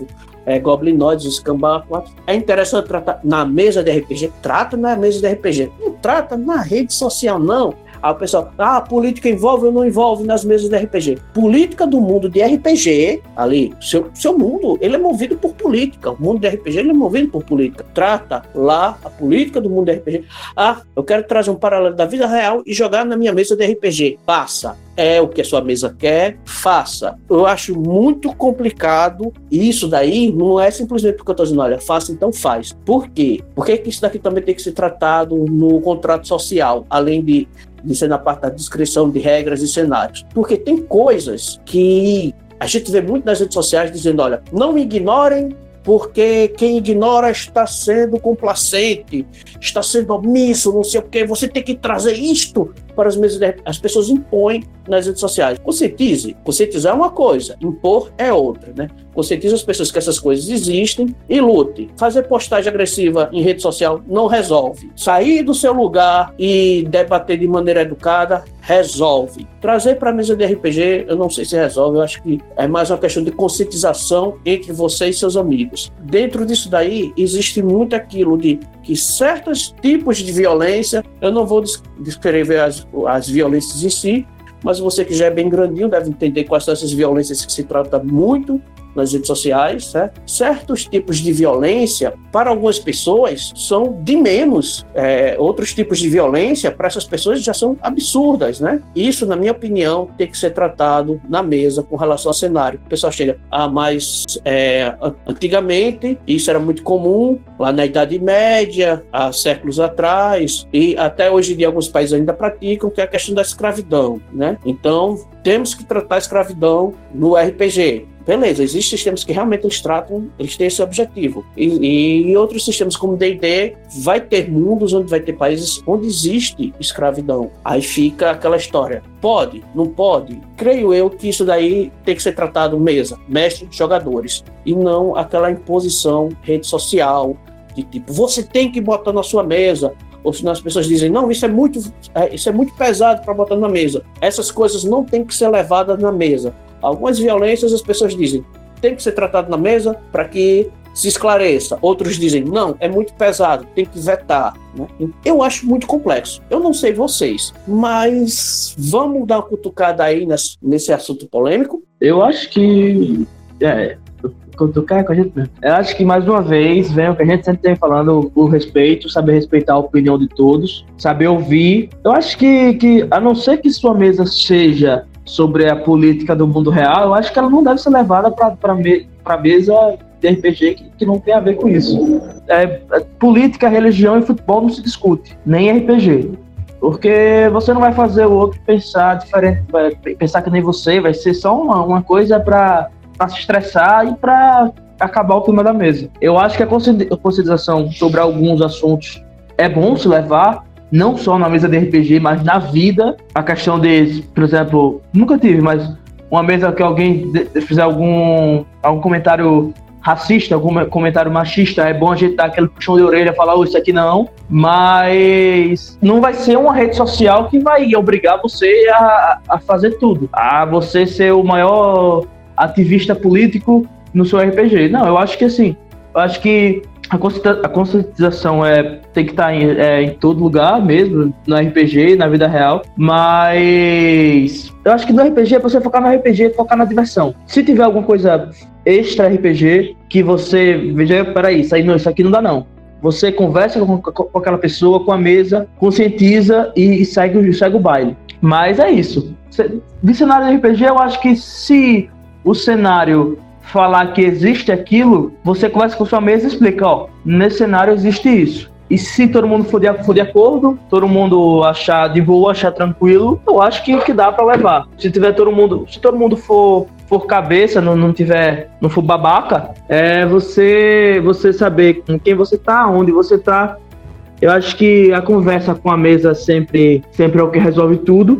é, goblinoides, os Kanban quatro. É interessante tratar na mesa de R P G? Trata na mesa de R P G. Não trata na rede social, não. Aí o pessoal, ah, política envolve ou não envolve nas mesas de R P G? Política do mundo de R P G, ali, seu, seu mundo, ele é movido por política. O mundo de R P G ele é movido por política. Trata lá a política do mundo de R P G. Ah, eu quero trazer um paralelo da vida real e jogar na minha mesa de R P G. Passa. É o que a sua mesa quer, faça. Eu acho muito complicado, e isso daí não é simplesmente porque eu estou dizendo, olha, faça, então faz. Por quê? Por que isso daqui também tem que ser tratado no contrato social, além de, de ser na parte da descrição de regras e cenários? Porque tem coisas que a gente vê muito nas redes sociais dizendo, olha, não ignorem, porque quem ignora está sendo complacente, está sendo omisso, não sei o quê. Você tem que trazer isto para as mesas. De... As pessoas impõem nas redes sociais. Conscientize. Conscientizar é uma coisa, impor é outra, né? Conscientize as pessoas que essas coisas existem e lute. Fazer postagem agressiva em rede social não resolve. Sair do seu lugar e debater de maneira educada resolve. Trazer para a mesa de R P G, eu não sei se resolve, eu acho que é mais uma questão de conscientização entre você e seus amigos. Dentro disso daí, existe muito aquilo de que certos tipos de violência, eu não vou descrever as, as violências em si, mas você que já é bem grandinho deve entender quais são essas violências que se trata muito nas redes sociais, certo? Certos tipos de violência, para algumas pessoas, são de menos. É, outros tipos de violência, para essas pessoas, já são absurdas, né? Isso, na minha opinião, tem que ser tratado na mesa com relação ao cenário. O pessoal chega, ah, mas é, antigamente, isso era muito comum, lá na Idade Média, há séculos atrás, e até hoje em dia alguns países ainda praticam, que é a questão da escravidão, né? Então, temos que tratar a escravidão no R P G. Beleza, existem sistemas que realmente eles tratam, eles têm esse objetivo. E, e outros sistemas como D e D, vai ter mundos onde vai ter países onde existe escravidão. Aí fica aquela história, pode, não pode? Creio eu que isso daí tem que ser tratado mesa, mestre, jogadores, e não aquela imposição rede social, de tipo, você tem que botar na sua mesa, ou senão as pessoas dizem, não, isso é muito, é, isso é muito pesado para botar na mesa. Essas coisas não têm que ser levadas na mesa. Algumas violências as pessoas dizem, tem que ser tratado na mesa para que se esclareça. Outros dizem, não, é muito pesado, tem que vetar, né? Eu acho muito complexo. Eu não sei vocês, mas vamos dar uma cutucada aí nesse, nesse assunto polêmico? Eu acho que... É, cutucar com a gente mesmo. Eu acho que, mais uma vez, vem o que a gente sempre tem falando, o respeito, saber respeitar a opinião de todos, saber ouvir. Eu acho que, que a não ser que sua mesa seja sobre a política do mundo real, eu acho que ela não deve ser levada para me, a mesa de R P G que, que não tem a ver com isso. É, é, política, religião e futebol não se discute, nem R P G. Porque você não vai fazer o outro pensar diferente, vai pensar que nem você, vai ser só uma, uma coisa para se estressar e para acabar o clima da mesa. Eu acho que a conscientização sobre alguns assuntos é bom se levar, não só na mesa de R P G, mas na vida. A questão de, por exemplo, nunca tive, mas uma mesa que alguém fizer algum, algum comentário racista, algum comentário machista, é bom a gente dar aquele puxão de orelha e falar, oh, isso aqui não, mas não vai ser uma rede social que vai obrigar você a, a fazer tudo, a você ser o maior ativista político no seu R P G. Não, eu acho que assim, eu acho que a conscientização é, tem que estar em, é, em todo lugar mesmo, no R P G, na vida real, mas eu acho que no R P G é pra você focar no R P G, focar na diversão. Se tiver alguma coisa extra R P G, que você veja, peraí, isso, aí não, isso aqui não dá não. Você conversa com, com, com aquela pessoa, com a mesa, conscientiza e, e segue, segue o baile. Mas é isso. De cenário de R P G, eu acho que se o cenário falar que existe aquilo, você conversa com sua mesa e explica, ó, nesse cenário existe isso. E se todo mundo for de, for de acordo, todo mundo achar de boa, achar tranquilo, eu acho que, que dá pra levar. Se tiver todo mundo, se todo mundo for, for cabeça, não, não tiver, não for babaca, é você, você saber com quem você tá, onde você tá. Eu acho que a conversa com a mesa sempre, sempre é o que resolve tudo.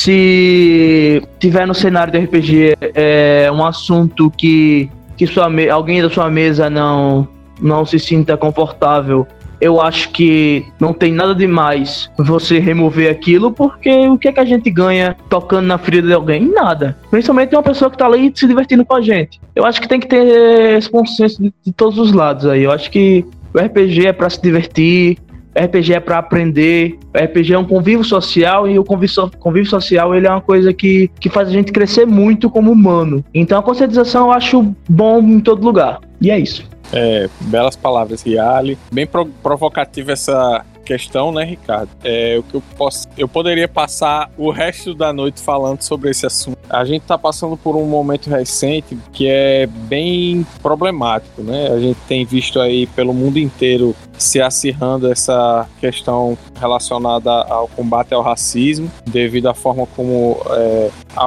Se tiver no cenário do R P G é, um assunto que, que sua, alguém da sua mesa não, não se sinta confortável, eu acho que não tem nada demais você remover aquilo, porque o que é que a gente ganha tocando na ferida de alguém? Nada. Principalmente uma pessoa que tá ali se divertindo com a gente. Eu acho que tem que ter esse bom senso de, de todos os lados aí. Eu acho que o R P G é pra se divertir, o R P G é para aprender, o R P G é um convívio social, e o convívio, so- convívio social ele é uma coisa que, que faz a gente crescer muito como humano. Então a conscientização eu acho bom em todo lugar. E é isso. É, belas palavras, Riali. Bem pro- provocativa essa questão, né, Ricardo? É, o que eu posso, eu poderia passar o resto da noite falando sobre esse assunto. A gente está passando por um momento recente que é bem problemático, né? A gente tem visto aí pelo mundo inteiro se acirrando essa questão relacionada ao combate ao racismo, devido à forma como é,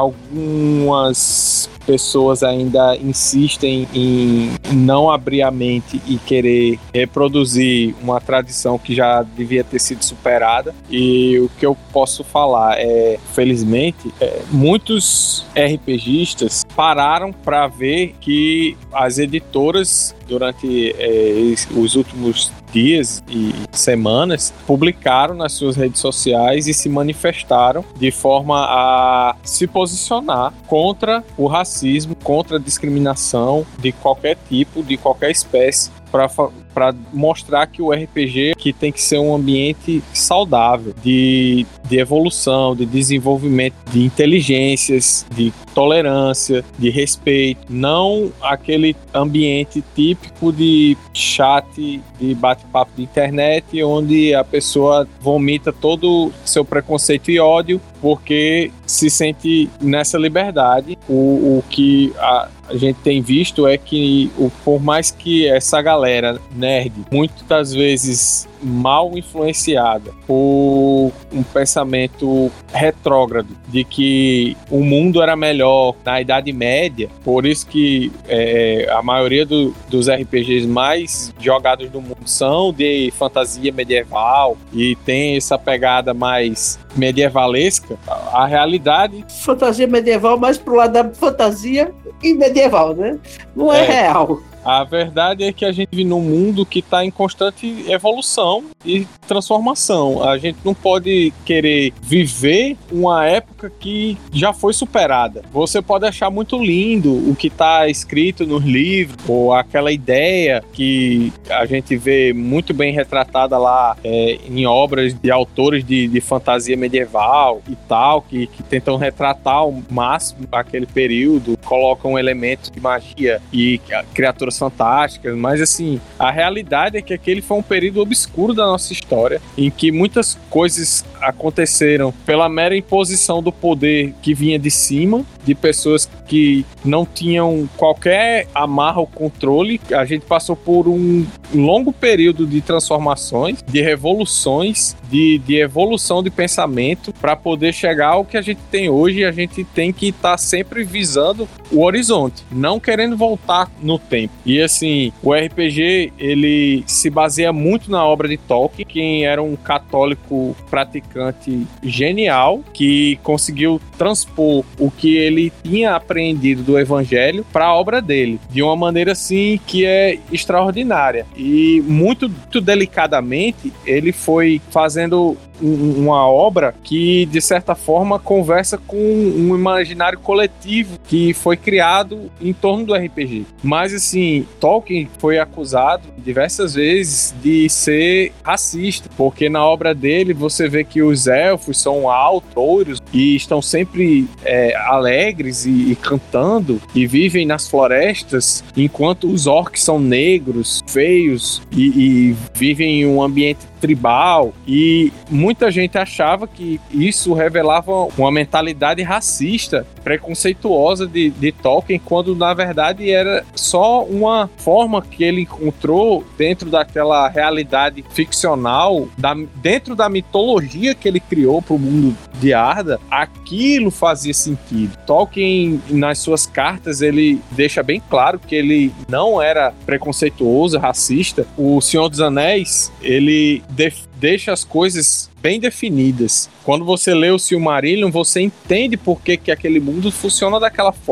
algumas pessoas ainda insistem em não abrir a mente e querer reproduzir uma tradição que já devia ter sido superada. E o que eu posso falar é, felizmente, é, muitos RPGistas pararam para ver que as editoras, durante é, os últimos dias e semanas, publicaram nas suas redes sociais e se manifestaram de forma a se posicionar contra o racismo, contra a discriminação de qualquer tipo, de qualquer espécie, para mostrar que o R P G que tem que ser um ambiente saudável, de, de evolução, de desenvolvimento de inteligências, de tolerância, de respeito, não aquele ambiente típico de chat, de bate-papo de internet, onde a pessoa vomita todo o seu preconceito e ódio porque se sente nessa liberdade. O, o que a, a gente tem visto é que, o, por mais que essa galera nerd, muitas vezes mal influenciada por um pensamento retrógrado de que o mundo era melhor na Idade Média, por isso que é, a maioria do, dos R P Gs mais jogados do mundo são de fantasia medieval e tem essa pegada mais medievalesca. A realidade... Fantasia medieval mais pro lado da fantasia e medieval, né? Não é, é real. A verdade é que a gente vive num mundo que está em constante evolução e transformação. A gente não pode querer viver uma época que já foi superada. Você pode achar muito lindo o que está escrito nos livros, ou aquela ideia que a gente vê muito bem retratada lá é, em obras de autores de, de fantasia medieval e tal, que, que tentam retratar ao máximo aquele período, colocam elementos de magia e criaturas fantásticas, mas assim, a realidade é que aquele foi um período obscuro da nossa história, em que muitas coisas aconteceram pela mera imposição do poder que vinha de cima, de pessoas que não tinham qualquer amarra ou controle. A gente passou por um longo período de transformações, de revoluções, de, de evolução de pensamento, para poder chegar ao que a gente tem hoje. E a gente tem que estar tá sempre visando o horizonte, não querendo voltar no tempo. E assim, o R P G, ele se baseia muito na obra de Tolkien, que era um católico praticante genial, que conseguiu transpor o que ele tinha apreendido do Evangelho para a obra dele, de uma maneira assim que é extraordinária. E muito, muito delicadamente, ele foi fazendo um, uma obra que, de certa forma, conversa com um imaginário coletivo que foi criado em torno do R P G. Mas, assim, Tolkien foi acusado diversas vezes de ser racista, porque na obra dele você vê que os elfos são altos, loiros, e estão sempre é, alegres e, e cantando, e vivem nas florestas, enquanto os orcs são negros, feios, e, e vivem em um ambiente tribal. E muita gente achava que isso revelava uma mentalidade racista, preconceituosa de, de Tolkien, quando na verdade era só uma forma que ele encontrou dentro daquela realidade ficcional, da, dentro da mitologia que ele criou para o mundo de Arda. Aquilo fazia sentido. Tolkien, nas suas cartas, ele deixa bem claro que ele não era preconceituoso, racista. O Senhor dos Anéis, ele def- deixa as coisas bem definidas. Quando você lê o Silmarillion, você entende por que, que aquele mundo funciona daquela forma.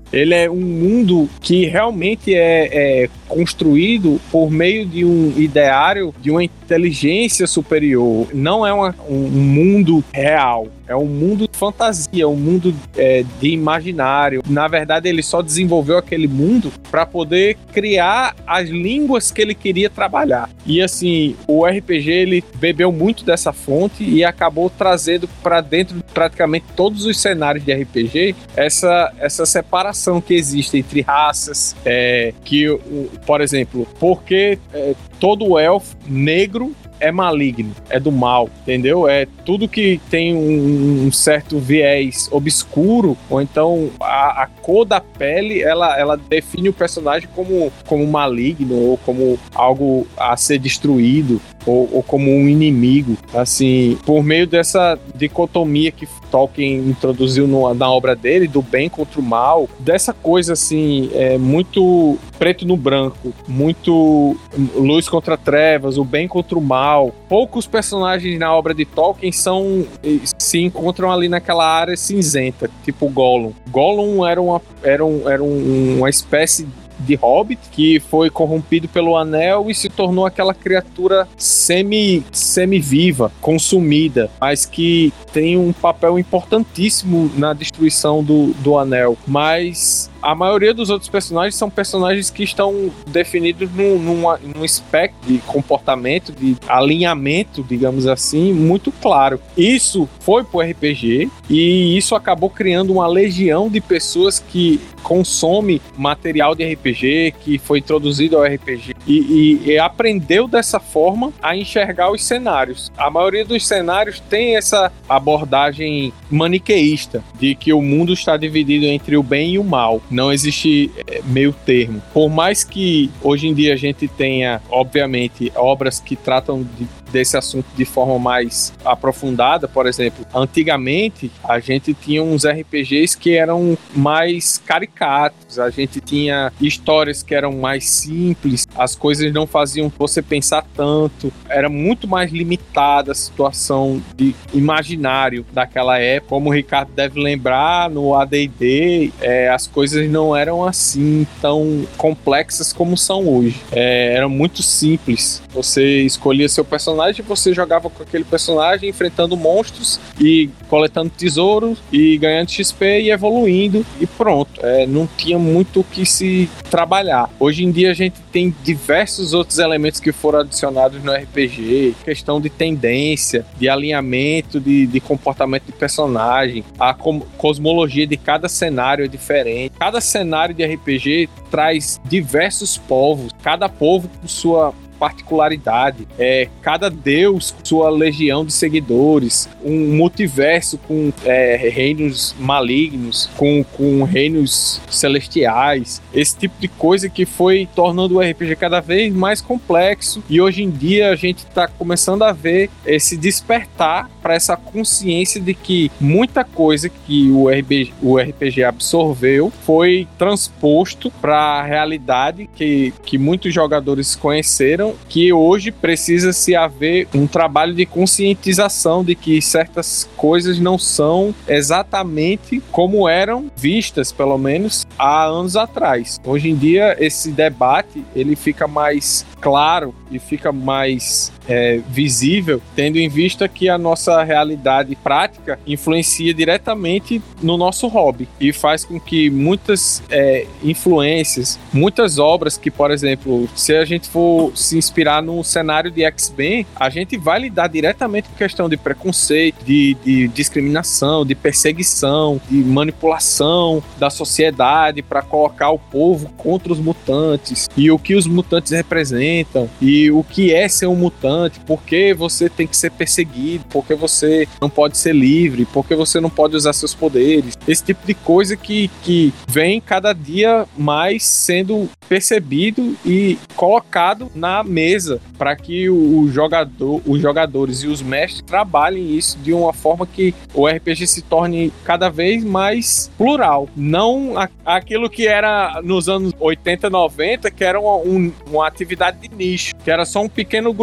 Ele é um mundo que realmente é, é construído por meio de um ideário, de uma inteligência superior. Não é uma, um mundo real. É um mundo de fantasia, um mundo é, de imaginário. Na verdade, ele só desenvolveu aquele mundo para poder criar as línguas que ele queria trabalhar. E assim, o R P G ele bebeu muito dessa fonte e acabou trazendo para dentro de praticamente todos os cenários de R P G essa, essa separação que existe entre raças. É, que, por exemplo, porque é, todo elfo negro é maligno, é do mal, entendeu? É tudo que tem um, um certo viés obscuro, ou então a, a cor da pele, ela, ela define o personagem como, como maligno, ou como algo a ser destruído, ou, ou como um inimigo. Assim, por meio dessa dicotomia que Tolkien introduziu no, na obra dele, do bem contra o mal, dessa coisa assim, é muito preto no branco, muito luz contra trevas, o bem contra o mal. Poucos personagens na obra de Tolkien são, se encontram ali naquela área cinzenta, tipo Gollum. Gollum era uma, era um, era um, uma espécie de hobbit que foi corrompido pelo anel e se tornou aquela criatura semi, semi-viva, consumida, mas que tem um papel importantíssimo na destruição do, do anel. Mas a maioria dos outros personagens são personagens que estão definidos num, numa, num espectro de comportamento, de alinhamento, digamos assim, muito claro. Isso foi pro R P G e isso acabou criando uma legião de pessoas que consome material de R P G, que foi introduzido ao R P G e, e, e aprendeu dessa forma a enxergar os cenários. A maioria dos cenários tem essa abordagem maniqueísta de que o mundo está dividido entre o bem e o mal. Não existe meio termo. Por mais que hoje em dia a gente tenha, obviamente, obras que tratam de, desse assunto de forma mais aprofundada, por exemplo, antigamente a gente tinha uns R P Gs que eram mais caricatos, a gente tinha histórias que eram mais simples, as coisas não faziam você pensar tanto, era muito mais limitada a situação de imaginário daquela época. Como o Ricardo deve lembrar, no A D e D é, as coisas não eram assim tão complexas como são hoje. É, eram muito simples. Você escolhia seu personagem, você jogava com aquele personagem enfrentando monstros e coletando tesouros e ganhando X P e evoluindo e pronto. É, não tinha muito o que se trabalhar. Hoje em dia a gente tem diversos outros elementos que foram adicionados no R P G, questão de tendência, de alinhamento, de, de comportamento de personagem, a com- cosmologia de cada cenário é diferente. Cada cenário de R P G traz diversos povos, cada povo com sua particularidade, é, cada deus com sua legião de seguidores, um multiverso com é, reinos malignos, com, com reinos celestiais, esse tipo de coisa que foi tornando o R P G cada vez mais complexo, e hoje em dia a gente está começando a ver esse despertar para essa consciência de que muita coisa que o, R P G, o R P G absorveu foi transposto para a realidade que, que muitos jogadores conheceram, que hoje precisa se haver um trabalho de conscientização de que certas coisas não são exatamente como eram vistas, pelo menos há anos atrás. Hoje em dia esse debate ele fica mais claro e fica mais é, visível, tendo em vista que a nossa realidade prática influencia diretamente no nosso hobby e faz com que muitas é, influências, muitas obras que, por exemplo, se a gente for se inspirar no cenário de X-Men, a gente vai lidar diretamente com questão de preconceito, de, de discriminação, de perseguição, de manipulação da sociedade para colocar o povo contra os mutantes e o que os mutantes representam e o que é ser um mutante, por que você tem que ser perseguido, por que você não pode ser livre, por que você não pode usar seus poderes, esse tipo de coisa que, que vem cada dia mais sendo percebido e colocado na mesa para que o jogador, os jogadores e os mestres trabalhem isso de uma forma que o R P G se torne cada vez mais plural, não a, aquilo que era nos anos oitenta, noventa, que era uma, um, uma atividade de nicho, que era só um pequeno grupinho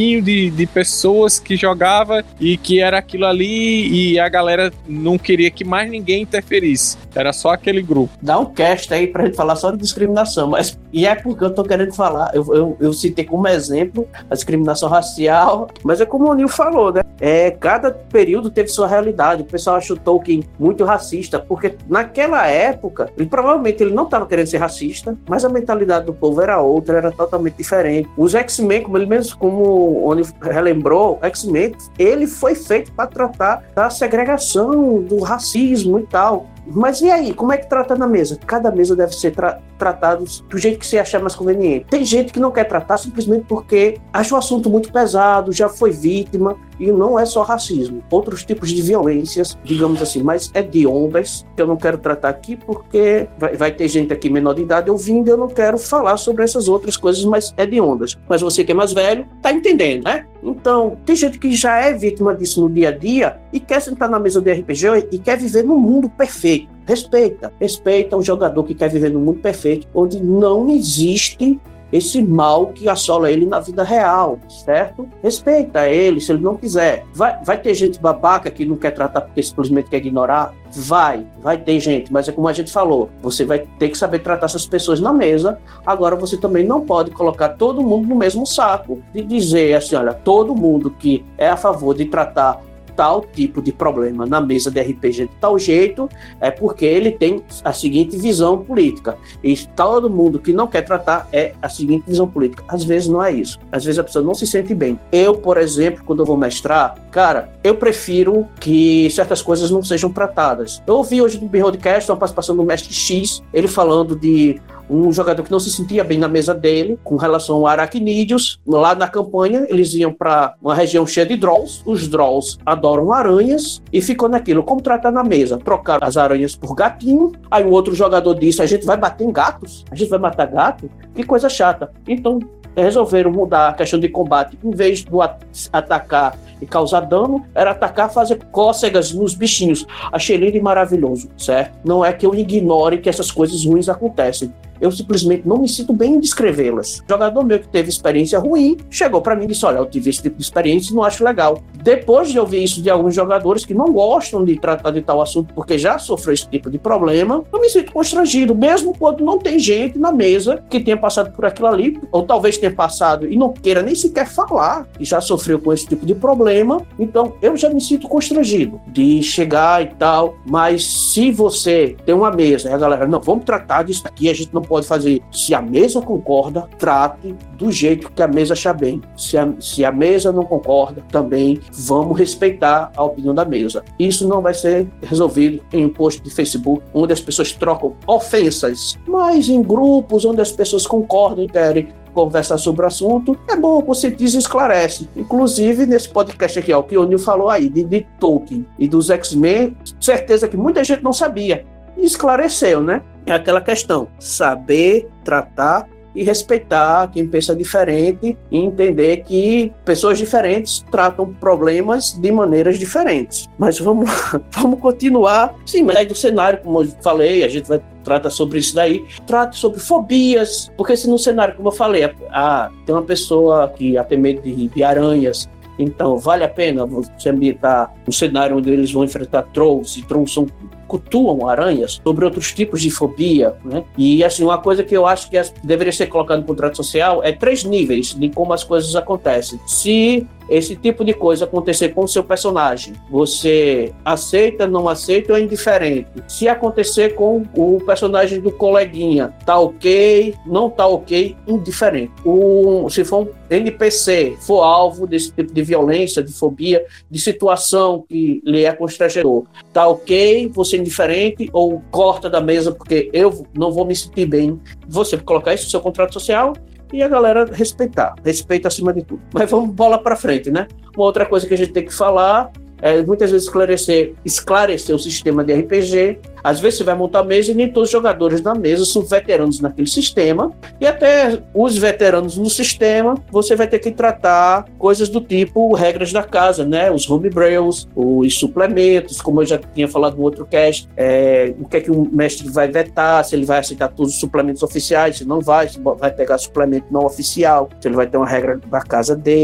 grupinho de, de pessoas que jogava e que era aquilo ali e a galera não queria que mais ninguém interferisse. Era só aquele grupo. Dá um cast aí pra gente falar só de discriminação, mas e é porque eu tô querendo falar, eu, eu, eu citei como exemplo a discriminação racial, mas é como o Nil falou, né? É, cada período teve sua realidade. O pessoal achou Tolkien muito racista, porque naquela época, ele provavelmente ele não estava querendo ser racista, mas a mentalidade do povo era outra, era totalmente diferente. Os X-Men, como ele mesmo, como o Nil relembrou, o X-Men, ele foi feito para tratar da segregação, do racismo e tal. Mas e aí, como é que trata na mesa? Cada mesa deve ser tra- tratado do jeito que você achar mais conveniente. Tem gente que não quer tratar simplesmente porque acha o assunto muito pesado, já foi vítima, e não é só racismo. Outros tipos de violências, digamos assim, mas hediondas, que eu não quero tratar aqui porque vai, vai ter gente aqui menor de idade ouvindo e eu não quero falar sobre essas outras coisas mais hediondas. Mas você que é mais velho, tá entendendo, né? Então, tem gente que já é vítima disso no dia a dia e quer sentar na mesa de R P G e quer viver num mundo perfeito. Respeita, respeita um jogador que quer viver num mundo perfeito, onde não existe esse mal que assola ele na vida real, certo? Respeita ele, se ele não quiser. Vai, vai ter gente babaca que não quer tratar porque simplesmente quer ignorar? Vai, vai ter gente, mas é como a gente falou, você vai ter que saber tratar essas pessoas na mesa. Agora você também não pode colocar todo mundo no mesmo saco de dizer assim, olha, todo mundo que é a favor de tratar tal tipo de problema na mesa de R P G de tal jeito, é porque ele tem a seguinte visão política. E todo mundo que não quer tratar é a seguinte visão política. Às vezes não é isso. Às vezes a pessoa não se sente bem. Eu, por exemplo, quando eu vou mestrar, cara, eu prefiro que certas coisas não sejam tratadas. Eu ouvi hoje no Beholdcast uma participação do Mestre X, ele falando de um jogador que não se sentia bem na mesa dele, com relação a aracnídeos. Lá na campanha, eles iam para uma região cheia de Drolls. Os Drolls adoram aranhas e ficou naquilo. Como tratar na mesa? Trocaram as aranhas por gatinho. Aí o outro jogador disse, a gente vai bater em gatos? A gente vai matar gato? Que coisa chata. Então, resolveram mudar a questão de combate. Em vez de atacar e causar dano, era atacar, fazer cócegas nos bichinhos. Achei lindo e maravilhoso, certo? Não é que eu ignore que essas coisas ruins acontecem. Eu simplesmente não me sinto bem em descrevê-las. O jogador meu que teve experiência ruim chegou para mim e disse, olha, eu tive esse tipo de experiência e não acho legal. Depois de ouvir isso de alguns jogadores que não gostam de tratar de tal assunto porque já sofreu esse tipo de problema, eu me sinto constrangido, mesmo quando não tem gente na mesa que tenha passado por aquilo ali, ou talvez tenha passado e não queira nem sequer falar e já sofreu com esse tipo de problema. Então eu já me sinto constrangido de chegar e tal, mas se você tem uma mesa e a galera, não, vamos tratar disso aqui, a gente não pode fazer. Se a mesa concorda, trate do jeito que a mesa achar bem. Se a, se a mesa não concorda, também vamos respeitar a opinião da mesa. Isso não vai ser resolvido em um post de Facebook, onde as pessoas trocam ofensas, mas em grupos onde as pessoas concordam e querem conversar sobre o assunto, é bom, conscientiza e esclarece. Inclusive, nesse podcast aqui, ó, o que o Nil falou aí, de, de Tolkien e dos X-Men, certeza que muita gente não sabia. E esclareceu, né? É aquela questão, saber tratar e respeitar quem pensa diferente e entender que pessoas diferentes tratam problemas de maneiras diferentes. Mas vamos, vamos continuar. Sim, mas aí do cenário, como eu falei, a gente vai tratar sobre isso daí, trata sobre fobias, porque se no cenário, como eu falei, ah, tem uma pessoa que tem medo de, de aranhas, então vale a pena você ambientar um cenário onde eles vão enfrentar trolls, e trolls são cultuam aranhas, sobre outros tipos de fobia, né? E assim, uma coisa que eu acho que deveria ser colocada no contrato social é três níveis de como as coisas acontecem. Se esse tipo de coisa acontecer com o seu personagem, você aceita, não aceita ou é indiferente? Se acontecer com o personagem do coleguinha, tá ok, não tá ok, indiferente. O, se for um N P C, for alvo desse tipo de violência, de fobia, de situação que lhe é constrangedor, tá ok, você é indiferente ou corta da mesa porque eu não vou me sentir bem. Você colocar isso no seu contrato social e a galera respeitar, respeito acima de tudo. Mas vamos bola para frente, né? Uma outra coisa que a gente tem que falar é muitas vezes esclarecer, esclarecer o sistema de R P G. Às vezes você vai montar a mesa e nem todos os jogadores da mesa são veteranos naquele sistema, e até os veteranos no sistema você vai ter que tratar coisas do tipo regras da casa, né? Os homebrews, os suplementos, como eu já tinha falado no outro cast, é, o que é que o mestre vai vetar, se ele vai aceitar todos os suplementos oficiais, se não vai, se vai pegar suplemento não oficial, se ele vai ter uma regra da casa dele.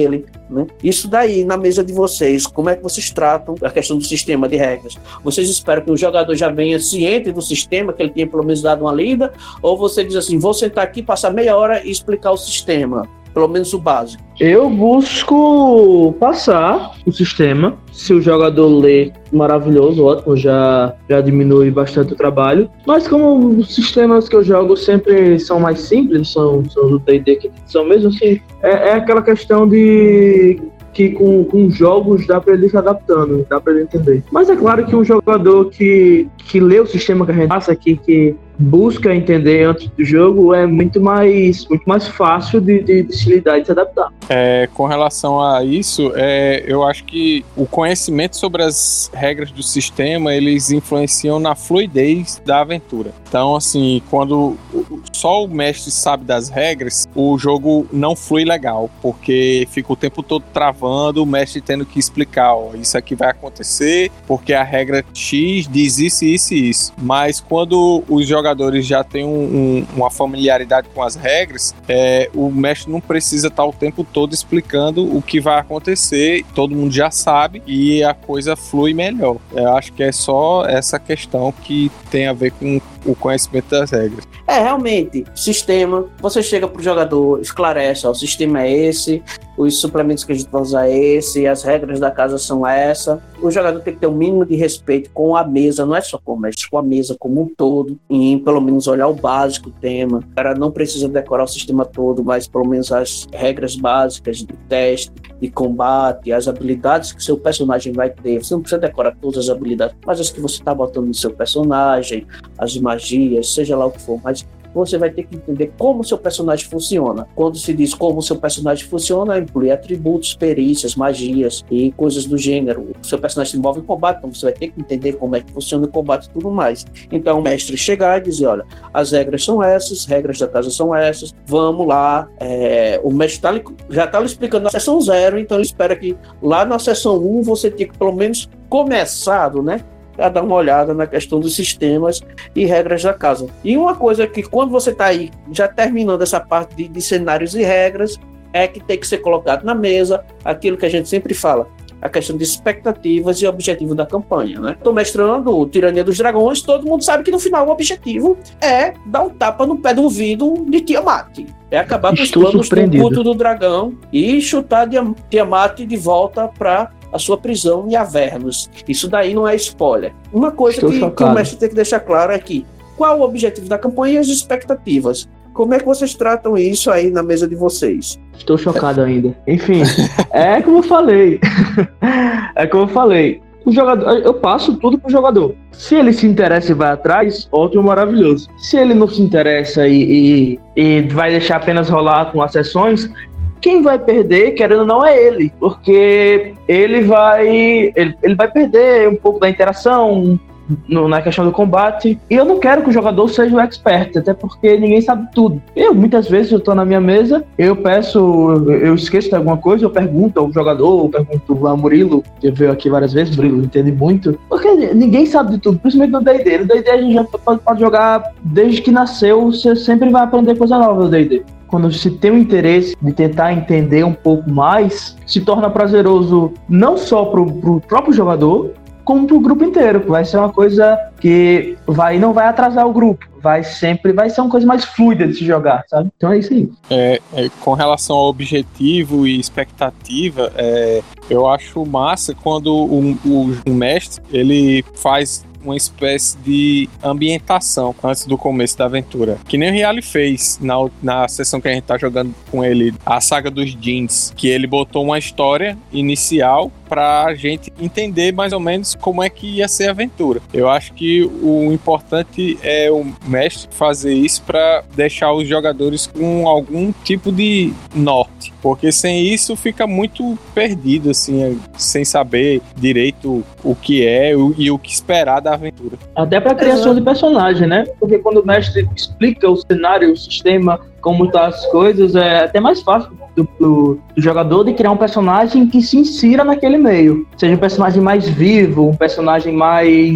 né? Isso daí, na mesa de vocês, como é que vocês tratam a questão do sistema de regras? Vocês esperam que o jogador já venha ciente do sistema, que ele tenha pelo menos dado uma lida, ou você diz assim, vou sentar aqui, passar meia hora e explicar o sistema, pelo menos o básico? Eu busco passar o sistema. Se o jogador lê, maravilhoso, ótimo, já, já diminui bastante o trabalho. Mas como os sistemas que eu jogo sempre são mais simples, são, são do D e D que são mesmo assim, é, é aquela questão de que com, com jogos dá pra ele se adaptando, dá pra ele entender. Mas é claro que um jogador que, que lê o sistema que a gente passa aqui, que busca entender antes do jogo, é muito mais, muito mais fácil de, de, de se lidar e de se adaptar. É, com relação a isso, é, eu acho que o conhecimento sobre as regras do sistema, eles influenciam na fluidez da aventura. Então, assim, quando só o mestre sabe das regras, o jogo não flui legal, porque fica o tempo todo travando, o mestre tendo que explicar, ó, isso aqui vai acontecer, porque a regra X diz isso, isso e isso. Mas quando os jogadores jogadores já têm um, um, uma familiaridade com as regras, é, o mestre não precisa estar o tempo todo explicando o que vai acontecer, todo mundo já sabe e a coisa flui melhor. Eu acho que é só essa questão que tem a ver com o conhecimento das regras. É, realmente, sistema, você chega pro jogador, esclarece, ó, o sistema é esse, os suplementos que a gente vai usar é esse, as regras da casa são essa. O jogador tem que ter um mínimo de respeito com a mesa, não é só com o mestre, com a mesa como um todo, e pelo menos olhar o básico, o tema. O cara não precisa decorar o sistema todo, mas pelo menos as regras básicas de teste, de combate, as habilidades que seu personagem vai ter. Você não precisa decorar todas as habilidades, mas as que você está botando no seu personagem, as magias, seja lá o que for, mas você vai ter que entender como o seu personagem funciona. Quando se diz como o seu personagem funciona, inclui atributos, perícias, magias e coisas do gênero. O seu personagem se envolve em combate, então você vai ter que entender como é que funciona o combate e tudo mais. Então o mestre chegar e dizer, olha, as regras são essas, as regras da casa são essas, vamos lá. É, o mestre tá, já está lhe explicando na sessão zero, então ele espera que lá na sessão um você tenha que pelo menos começado, né? A dar uma olhada na questão dos sistemas e regras da casa. E uma coisa que quando você está aí já terminando essa parte de, de cenários e regras, é que tem que ser colocado na mesa aquilo que a gente sempre fala, a questão de expectativas e objetivo da campanha, né? Estou mestrando o Tirania dos Dragões, todo mundo sabe que no final o objetivo é dar um tapa no pé do ouvido de Tiamat. É acabar com os planos do culto do dragão e chutar Tiamat de volta para a sua prisão em Avernus. Isso daí não é spoiler. Uma coisa que, que o mestre tem que deixar claro é que qual o objetivo da campanha e as expectativas. Como é que vocês tratam isso aí na mesa de vocês? Estou chocado ainda. Enfim, é como eu falei. É como eu falei. O jogador, eu passo tudo pro jogador. Se ele se interessa e vai atrás, ótimo, maravilhoso. Se ele não se interessa e, e, e vai deixar apenas rolar com as sessões, quem vai perder, querendo ou não, é ele. Porque ele vai, ele, ele vai perder um pouco da interação no, na questão do combate. E eu não quero que o jogador seja o expert, até porque ninguém sabe tudo. Eu, muitas vezes, eu tô na minha mesa, eu peço, eu esqueço de alguma coisa, eu pergunto ao jogador, eu pergunto ao Murilo, que veio aqui várias vezes, Murilo entende muito. Porque ninguém sabe de tudo, principalmente no D e D. No D e D a gente já pode, pode jogar desde que nasceu, você sempre vai aprender coisa nova no D e D. Quando se tem o interesse de tentar entender um pouco mais, se torna prazeroso não só pro, pro próprio jogador, como pro grupo inteiro. Vai ser uma coisa que vai, não vai atrasar o grupo, vai sempre, vai ser uma coisa mais fluida de se jogar, sabe? Então é isso aí. É, é, com relação ao objetivo e expectativa, é, eu acho massa quando o, o, o mestre, ele faz uma espécie de ambientação antes do começo da aventura. Que nem o Reale fez na, na sessão que a gente tá jogando com ele, a Saga dos Jeans, que ele botou uma história inicial pra gente entender mais ou menos como é que ia ser a aventura. Eu acho que o importante é o mestre fazer isso pra deixar os jogadores com algum tipo de norte, porque sem isso fica muito perdido, assim, sem saber direito o que é e o que esperar da aventura. Até pra criação de personagem, né? Porque quando o mestre explica o cenário, o sistema, como tá as coisas, é até mais fácil do, do, do jogador de criar um personagem que se insira naquele meio. Seja um personagem mais vivo, um personagem mais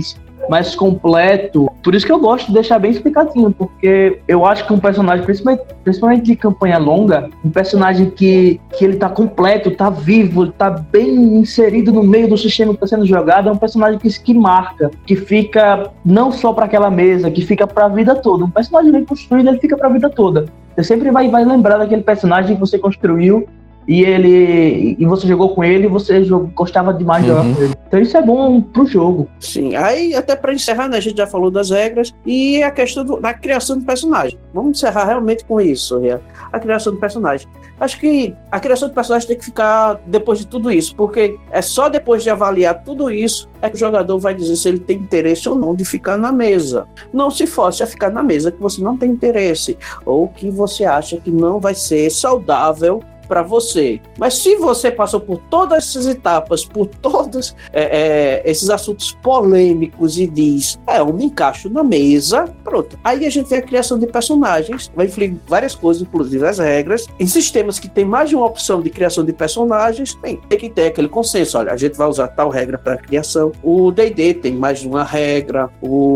mais completo. Por isso que eu gosto de deixar bem explicadinho, porque eu acho que um personagem, principalmente, principalmente de campanha longa, um personagem que, que ele tá completo, tá vivo, ele tá bem inserido no meio do sistema que tá sendo jogado, é um personagem que, que marca, que fica não só para aquela mesa, que fica pra vida toda. Um personagem bem construído, ele fica pra vida toda. Você sempre vai, vai lembrar daquele personagem que você construiu e ele e você jogou com ele e você jogou, gostava demais de jogar Uhum. com ele. Então isso é bom pro jogo. Sim, aí até para encerrar, né, a gente já falou das regras e a questão do, da criação do personagem. Vamos encerrar realmente com isso, Ria. A criação do personagem. Acho que a criação do personagem tem que ficar depois de tudo isso, porque é só depois de avaliar tudo isso é que o jogador vai dizer se ele tem interesse ou não de ficar na mesa. Não se force a ficar na mesa que você não tem interesse ou que você acha que não vai ser saudável para você. Mas se você passou por todas essas etapas, por todos é, é, esses assuntos polêmicos e diz, é, eu me encaixo na mesa, pronto. Aí a gente tem a criação de personagens, vai influir várias coisas, inclusive as regras. Em sistemas que tem mais de uma opção de criação de personagens, bem, tem que ter aquele consenso, olha, a gente vai usar tal regra para criação. O D e D tem mais de uma regra,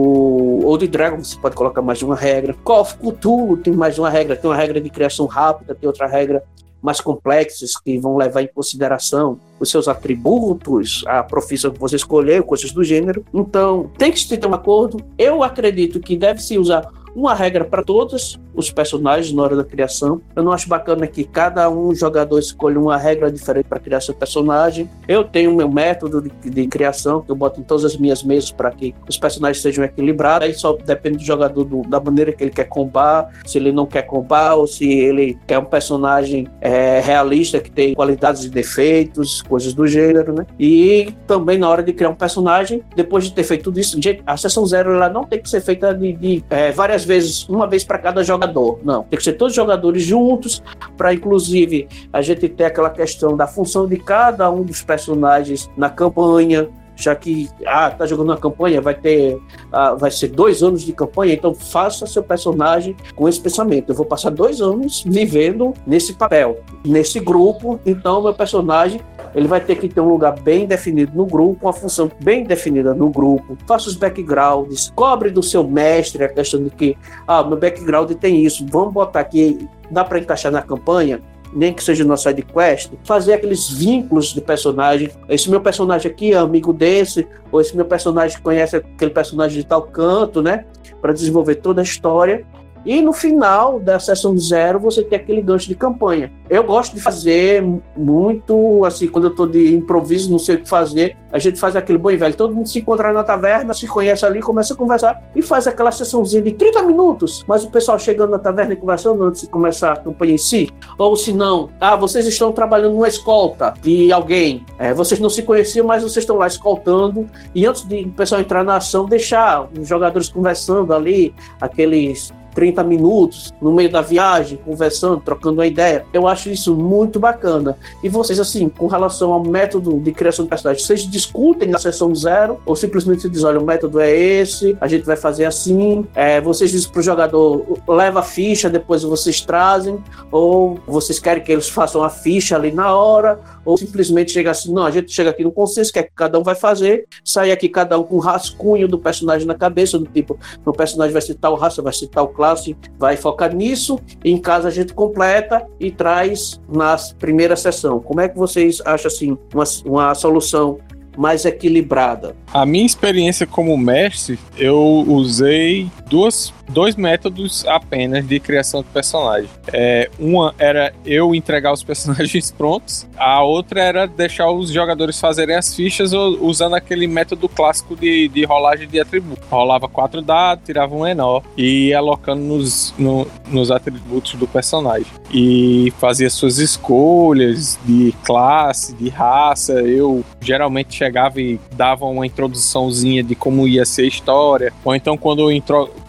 o Old Dragon você pode colocar mais de uma regra, Call of Cthulhu tem mais de uma regra, tem uma regra de criação rápida, tem outra regra mais complexas que vão levar em consideração os seus atributos, a profissão que você escolheu, coisas do gênero. Então, tem que se ter um acordo. Eu acredito que deve-se usar uma regra para todos os personagens na hora da criação. Eu não acho bacana que cada um jogador escolha uma regra diferente para criar seu personagem. Eu tenho o meu método de, de criação, que eu boto em todas as minhas mesas para que os personagens sejam equilibrados. Aí só depende do jogador, do, da maneira que ele quer combar, se ele não quer combar ou se ele quer um personagem é, realista, que tem qualidades e defeitos, coisas do gênero, né? E também na hora de criar um personagem, depois de ter feito tudo isso, a sessão zero ela não tem que ser feita de, de é, várias vezes, uma vez para cada jogador, não, tem que ser todos os jogadores juntos, para inclusive a gente ter aquela questão da função de cada um dos personagens na campanha, já que, ah, tá jogando uma campanha, vai ter, ah, vai ser dois anos de campanha, então faça seu personagem com esse pensamento, eu vou passar dois anos vivendo nesse papel, nesse grupo, então meu personagem ele vai ter que ter um lugar bem definido no grupo, uma função bem definida no grupo, faça os backgrounds, cobre do seu mestre a questão de que, ah, meu background tem isso, vamos botar aqui, dá para encaixar na campanha, nem que seja no side quest, fazer aqueles vínculos de personagem, esse meu personagem aqui é amigo desse, ou esse meu personagem conhece aquele personagem de tal canto, né, para desenvolver toda a história. E no final da sessão zero você tem aquele gancho de campanha. Eu gosto de fazer muito, assim, quando eu estou de improviso, não sei o que fazer, a gente faz aquele bom e velho, todo mundo se encontra na taverna, se conhece ali, começa a conversar e faz aquela sessãozinha de trinta minutos, mas o pessoal chegando na taverna e conversando antes de começar a campanha em si. Ou se não, ah, vocês estão trabalhando numa escolta de alguém, é, vocês não se conheciam, mas vocês estão lá escoltando, e antes de o pessoal entrar na ação, deixar os jogadores conversando ali, aqueles trinta minutos no meio da viagem, conversando, trocando uma ideia. Eu acho isso muito bacana. E vocês, assim, com relação ao método de criação de personagem, vocês discutem na sessão zero ou simplesmente dizem, olha, o método é esse, a gente vai fazer assim, é, vocês dizem pro jogador, leva a ficha, depois vocês trazem, ou vocês querem que eles façam a ficha ali na hora, ou simplesmente chega assim, não, a gente chega aqui no consenso, que é que cada um vai fazer, sai aqui cada um com um rascunho do personagem na cabeça, do tipo, meu personagem vai ser tal raça, vai ser tal classe, vai focar nisso, e em casa a gente completa e traz na primeira sessão. Como é que vocês acham, assim, uma, uma solução mais equilibrada? A minha experiência como mestre, eu usei duas, dois métodos apenas de criação de personagem. É, uma era eu entregar os personagens prontos, a outra era deixar os jogadores fazerem as fichas usando aquele método clássico de, de rolagem de atributos. Rolava quatro dados, tirava um menor e ia alocando nos, no, nos atributos do personagem. E fazia suas escolhas de classe, de raça. Eu geralmente chegava e dava uma introduçãozinha de como ia ser a história, ou então quando, intro,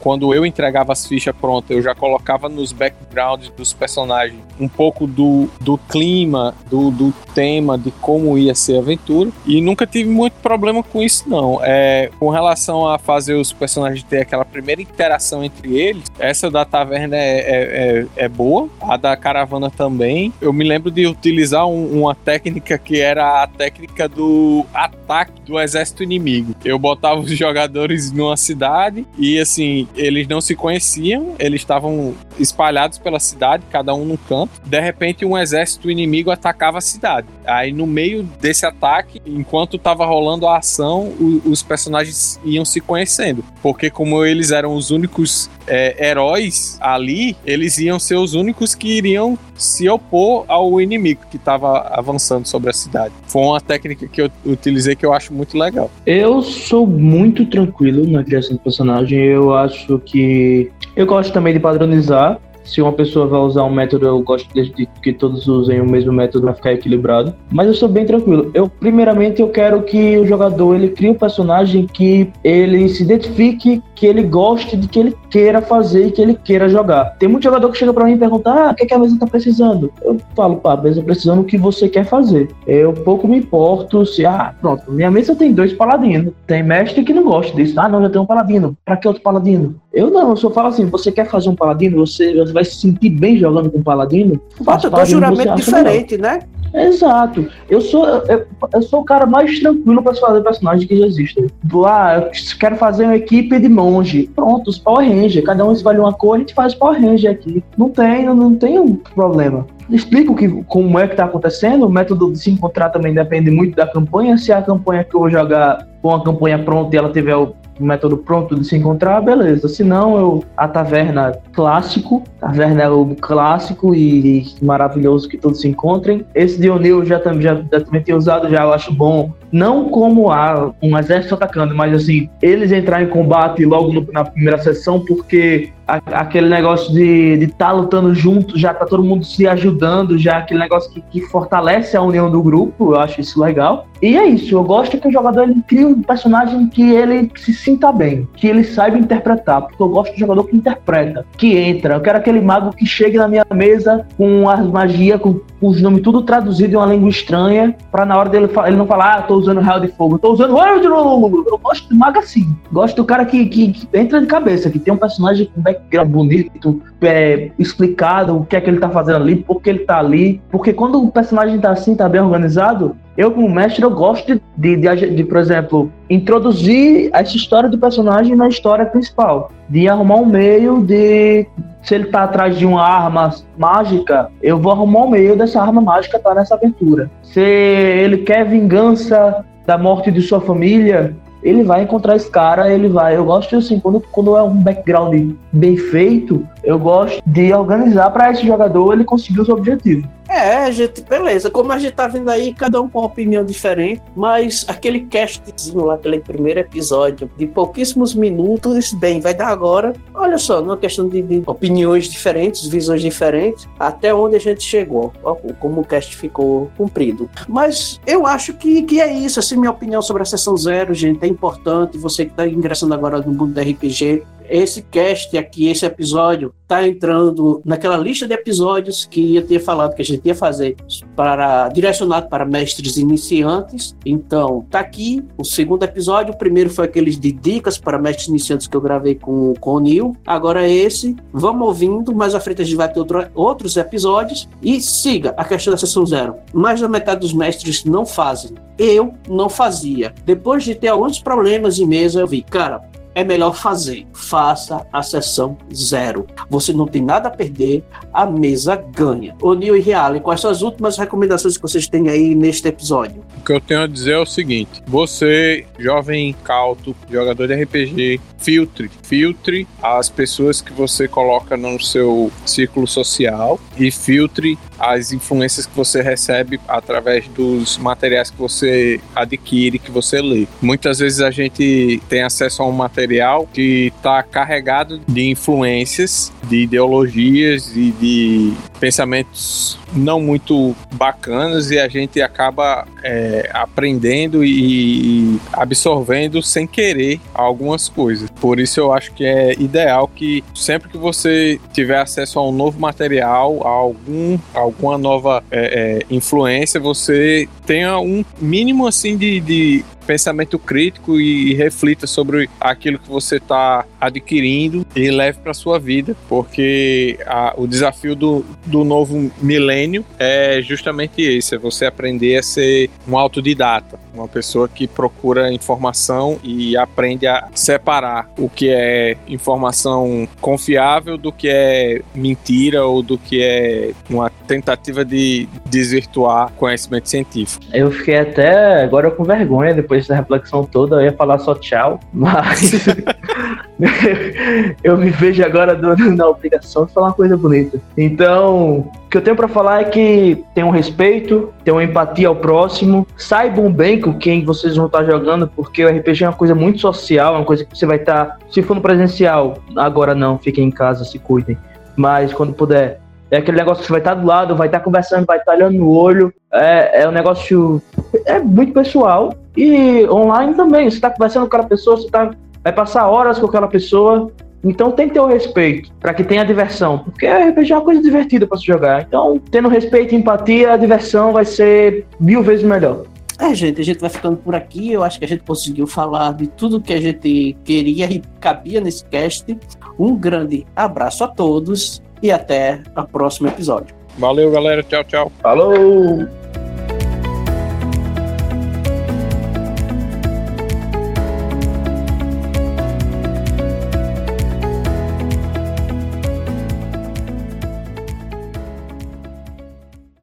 quando eu entregava as fichas prontas, eu já colocava nos backgrounds dos personagens um pouco do, do clima, do, do tema, de como ia ser a aventura, e nunca tive muito problema com isso, não. É, com relação a fazer os personagens ter aquela primeira interação entre eles, essa da taverna é, é, é, é boa, a da caravana também. Eu me lembro de utilizar um, uma técnica que era a técnica do ataque do exército inimigo. Eu botava os jogadores numa cidade e, assim, eles não se conheciam, eles estavam espalhados pela cidade, cada um num canto. De repente, um exército inimigo atacava a cidade. Aí, no meio desse ataque, enquanto estava rolando a ação, o, os personagens iam se conhecendo. Porque como eles eram os únicos é, heróis ali, eles iam ser os únicos que iriam se opor ao inimigo que estava avançando sobre a cidade. Foi uma técnica que eu utilizei que eu acho muito legal. Eu sou muito tranquilo na criação do personagem. Eu acho que... Eu gosto também de padronizar. Se uma pessoa vai usar um método, eu gosto de, de que todos usem o mesmo método para ficar equilibrado. Mas eu sou bem tranquilo. Eu, primeiramente, eu quero que o jogador ele crie um personagem que ele se identifique, que ele goste de que ele queira fazer e que ele queira jogar. Tem muito jogador que chega para mim e pergunta: ah, o que, é que a mesa tá precisando? Eu falo, pá, a mesa tá precisando do que você quer fazer. Eu pouco me importo se, ah, pronto, minha mesa tem dois paladinos. Tem mestre que não gosta disso. Ah, não, já tem um paladino. Pra que outro paladino? Eu não, eu só falo assim, você quer fazer um paladino? Você, você vai se sentir bem jogando com um paladino? Bota dois juramentos diferentes, né? Exato. Eu sou, eu, eu sou o cara mais tranquilo para fazer personagens que já existem. Ah, eu quero fazer uma equipe de monge. Pronto, os Power Ranger. Cada um escolhe uma cor, a gente faz Power Ranger aqui. Não tem, não, não tem um problema. Explico que, como é que tá acontecendo. O método de se encontrar também depende muito da campanha. Se a campanha que eu vou jogar for uma campanha pronta e ela tiver o o método pronto de se encontrar, beleza. Se não, eu, a taverna clássico, taverna é o clássico e, e maravilhoso que todos se encontrem. Esse de O'Neill eu já, já, já também tenho usado, já eu acho bom. Não como a, um exército atacando, mas assim, eles entrarem em combate logo no, na primeira sessão, porque a, aquele negócio de estar tá lutando junto, já tá todo mundo se ajudando, já aquele negócio que, que fortalece a união do grupo, eu acho isso legal. E é isso, eu gosto que o jogador ele crie um personagem que ele se sinta bem, que ele saiba interpretar, porque eu gosto de jogador que interpreta, que entra. Eu quero aquele mago que chegue na minha mesa com as magias, com, com os nomes tudo traduzido em uma língua estranha, pra na hora dele ele não falar, ah, tô usando raio de fogo, tô usando... Eu gosto de mago assim. Gosto do cara que, que, que entra de cabeça, que tem um personagem com background bonito, é, explicado o que é que ele tá fazendo ali, por que ele tá ali. Porque quando o personagem tá assim, tá bem organizado, eu, como mestre, eu gosto de, de, de, de, por exemplo, introduzir essa história do personagem na história principal. De arrumar um meio de... Se ele tá atrás de uma arma mágica, eu vou arrumar um meio dessa arma mágica estar nessa aventura. Se ele quer vingança da morte de sua família, ele vai encontrar esse cara, ele vai... Eu gosto, assim, quando, quando é um background bem feito, eu gosto de organizar para esse jogador ele conseguir os objetivos. É, gente, beleza. Como a gente tá vendo aí, cada um com uma opinião diferente, mas aquele castzinho lá, aquele primeiro episódio, de pouquíssimos minutos, bem, vai dar agora, olha só, numa questão de, de opiniões diferentes, visões diferentes, até onde a gente chegou, ó, como o cast ficou comprido. Mas eu acho que, que é isso, assim, minha opinião sobre a sessão zero, gente, é importante, você que tá ingressando agora no mundo do R P G, esse cast aqui, esse episódio, tá entrando naquela lista de episódios que eu tinha falado que a gente ia fazer para, direcionado para mestres iniciantes. Então, tá aqui o segundo episódio. O primeiro foi aqueles de dicas para mestres iniciantes que eu gravei com, com o Neil. Agora esse, vamos ouvindo. Mais à frente a gente vai ter outro, outros episódios. E siga a questão da sessão zero. Mais da metade dos mestres não fazem. Eu não fazia. Depois de ter alguns problemas em mesa, eu vi, cara, é melhor fazer. Faça a sessão zero. Você não tem nada a perder, a mesa ganha. O'Neill e Reale, quais são as últimas recomendações que vocês têm aí neste episódio? O que eu tenho a dizer é o seguinte: você, jovem incauto, jogador de R P G, filtre, filtre as pessoas que você coloca no seu círculo social e filtre as influências que você recebe através dos materiais que você adquire, que você lê. Muitas vezes a gente tem acesso a um material que está carregado de influências, de ideologias e de pensamentos não muito bacanas, e a gente acaba é, aprendendo e absorvendo sem querer algumas coisas. Por isso eu acho que é ideal que sempre que você tiver acesso a um novo material, a algum, alguma nova é, é, influência, você tenha um mínimo assim de, de pensamento crítico e reflita sobre aquilo que você está adquirindo e leve para sua vida, porque a, o desafio do, do novo milênio é justamente esse, é você aprender a ser um autodidata, uma pessoa que procura informação e aprende a separar o que é informação confiável do que é mentira ou do que é uma tentativa de desvirtuar conhecimento científico. Eu fiquei até agora com vergonha depois dessa reflexão toda, eu ia falar só tchau, mas eu me vejo agora do, na obrigação de falar uma coisa bonita. Então, o que eu tenho pra falar é que tenham respeito, tenham empatia ao próximo, saibam bem com quem vocês vão estar jogando, porque o R P G é uma coisa muito social, é uma coisa que você vai estar, se for no presencial, agora não, fiquem em casa, se cuidem, mas quando puder, é aquele negócio que você vai estar do lado, vai estar conversando, vai estar olhando no olho, é, é um negócio, é muito pessoal, e online também, você está conversando com aquela pessoa, você tá, vai passar horas com aquela pessoa, então tem que ter o respeito, para que tenha diversão, porque R P G é uma coisa divertida para se jogar, então tendo respeito e empatia, a diversão vai ser mil vezes melhor. É, gente, a gente vai ficando por aqui. Eu acho que a gente conseguiu falar de tudo que a gente queria e cabia nesse cast. Um grande abraço a todos e até o próximo episódio. Valeu, galera. Tchau, tchau. Falou!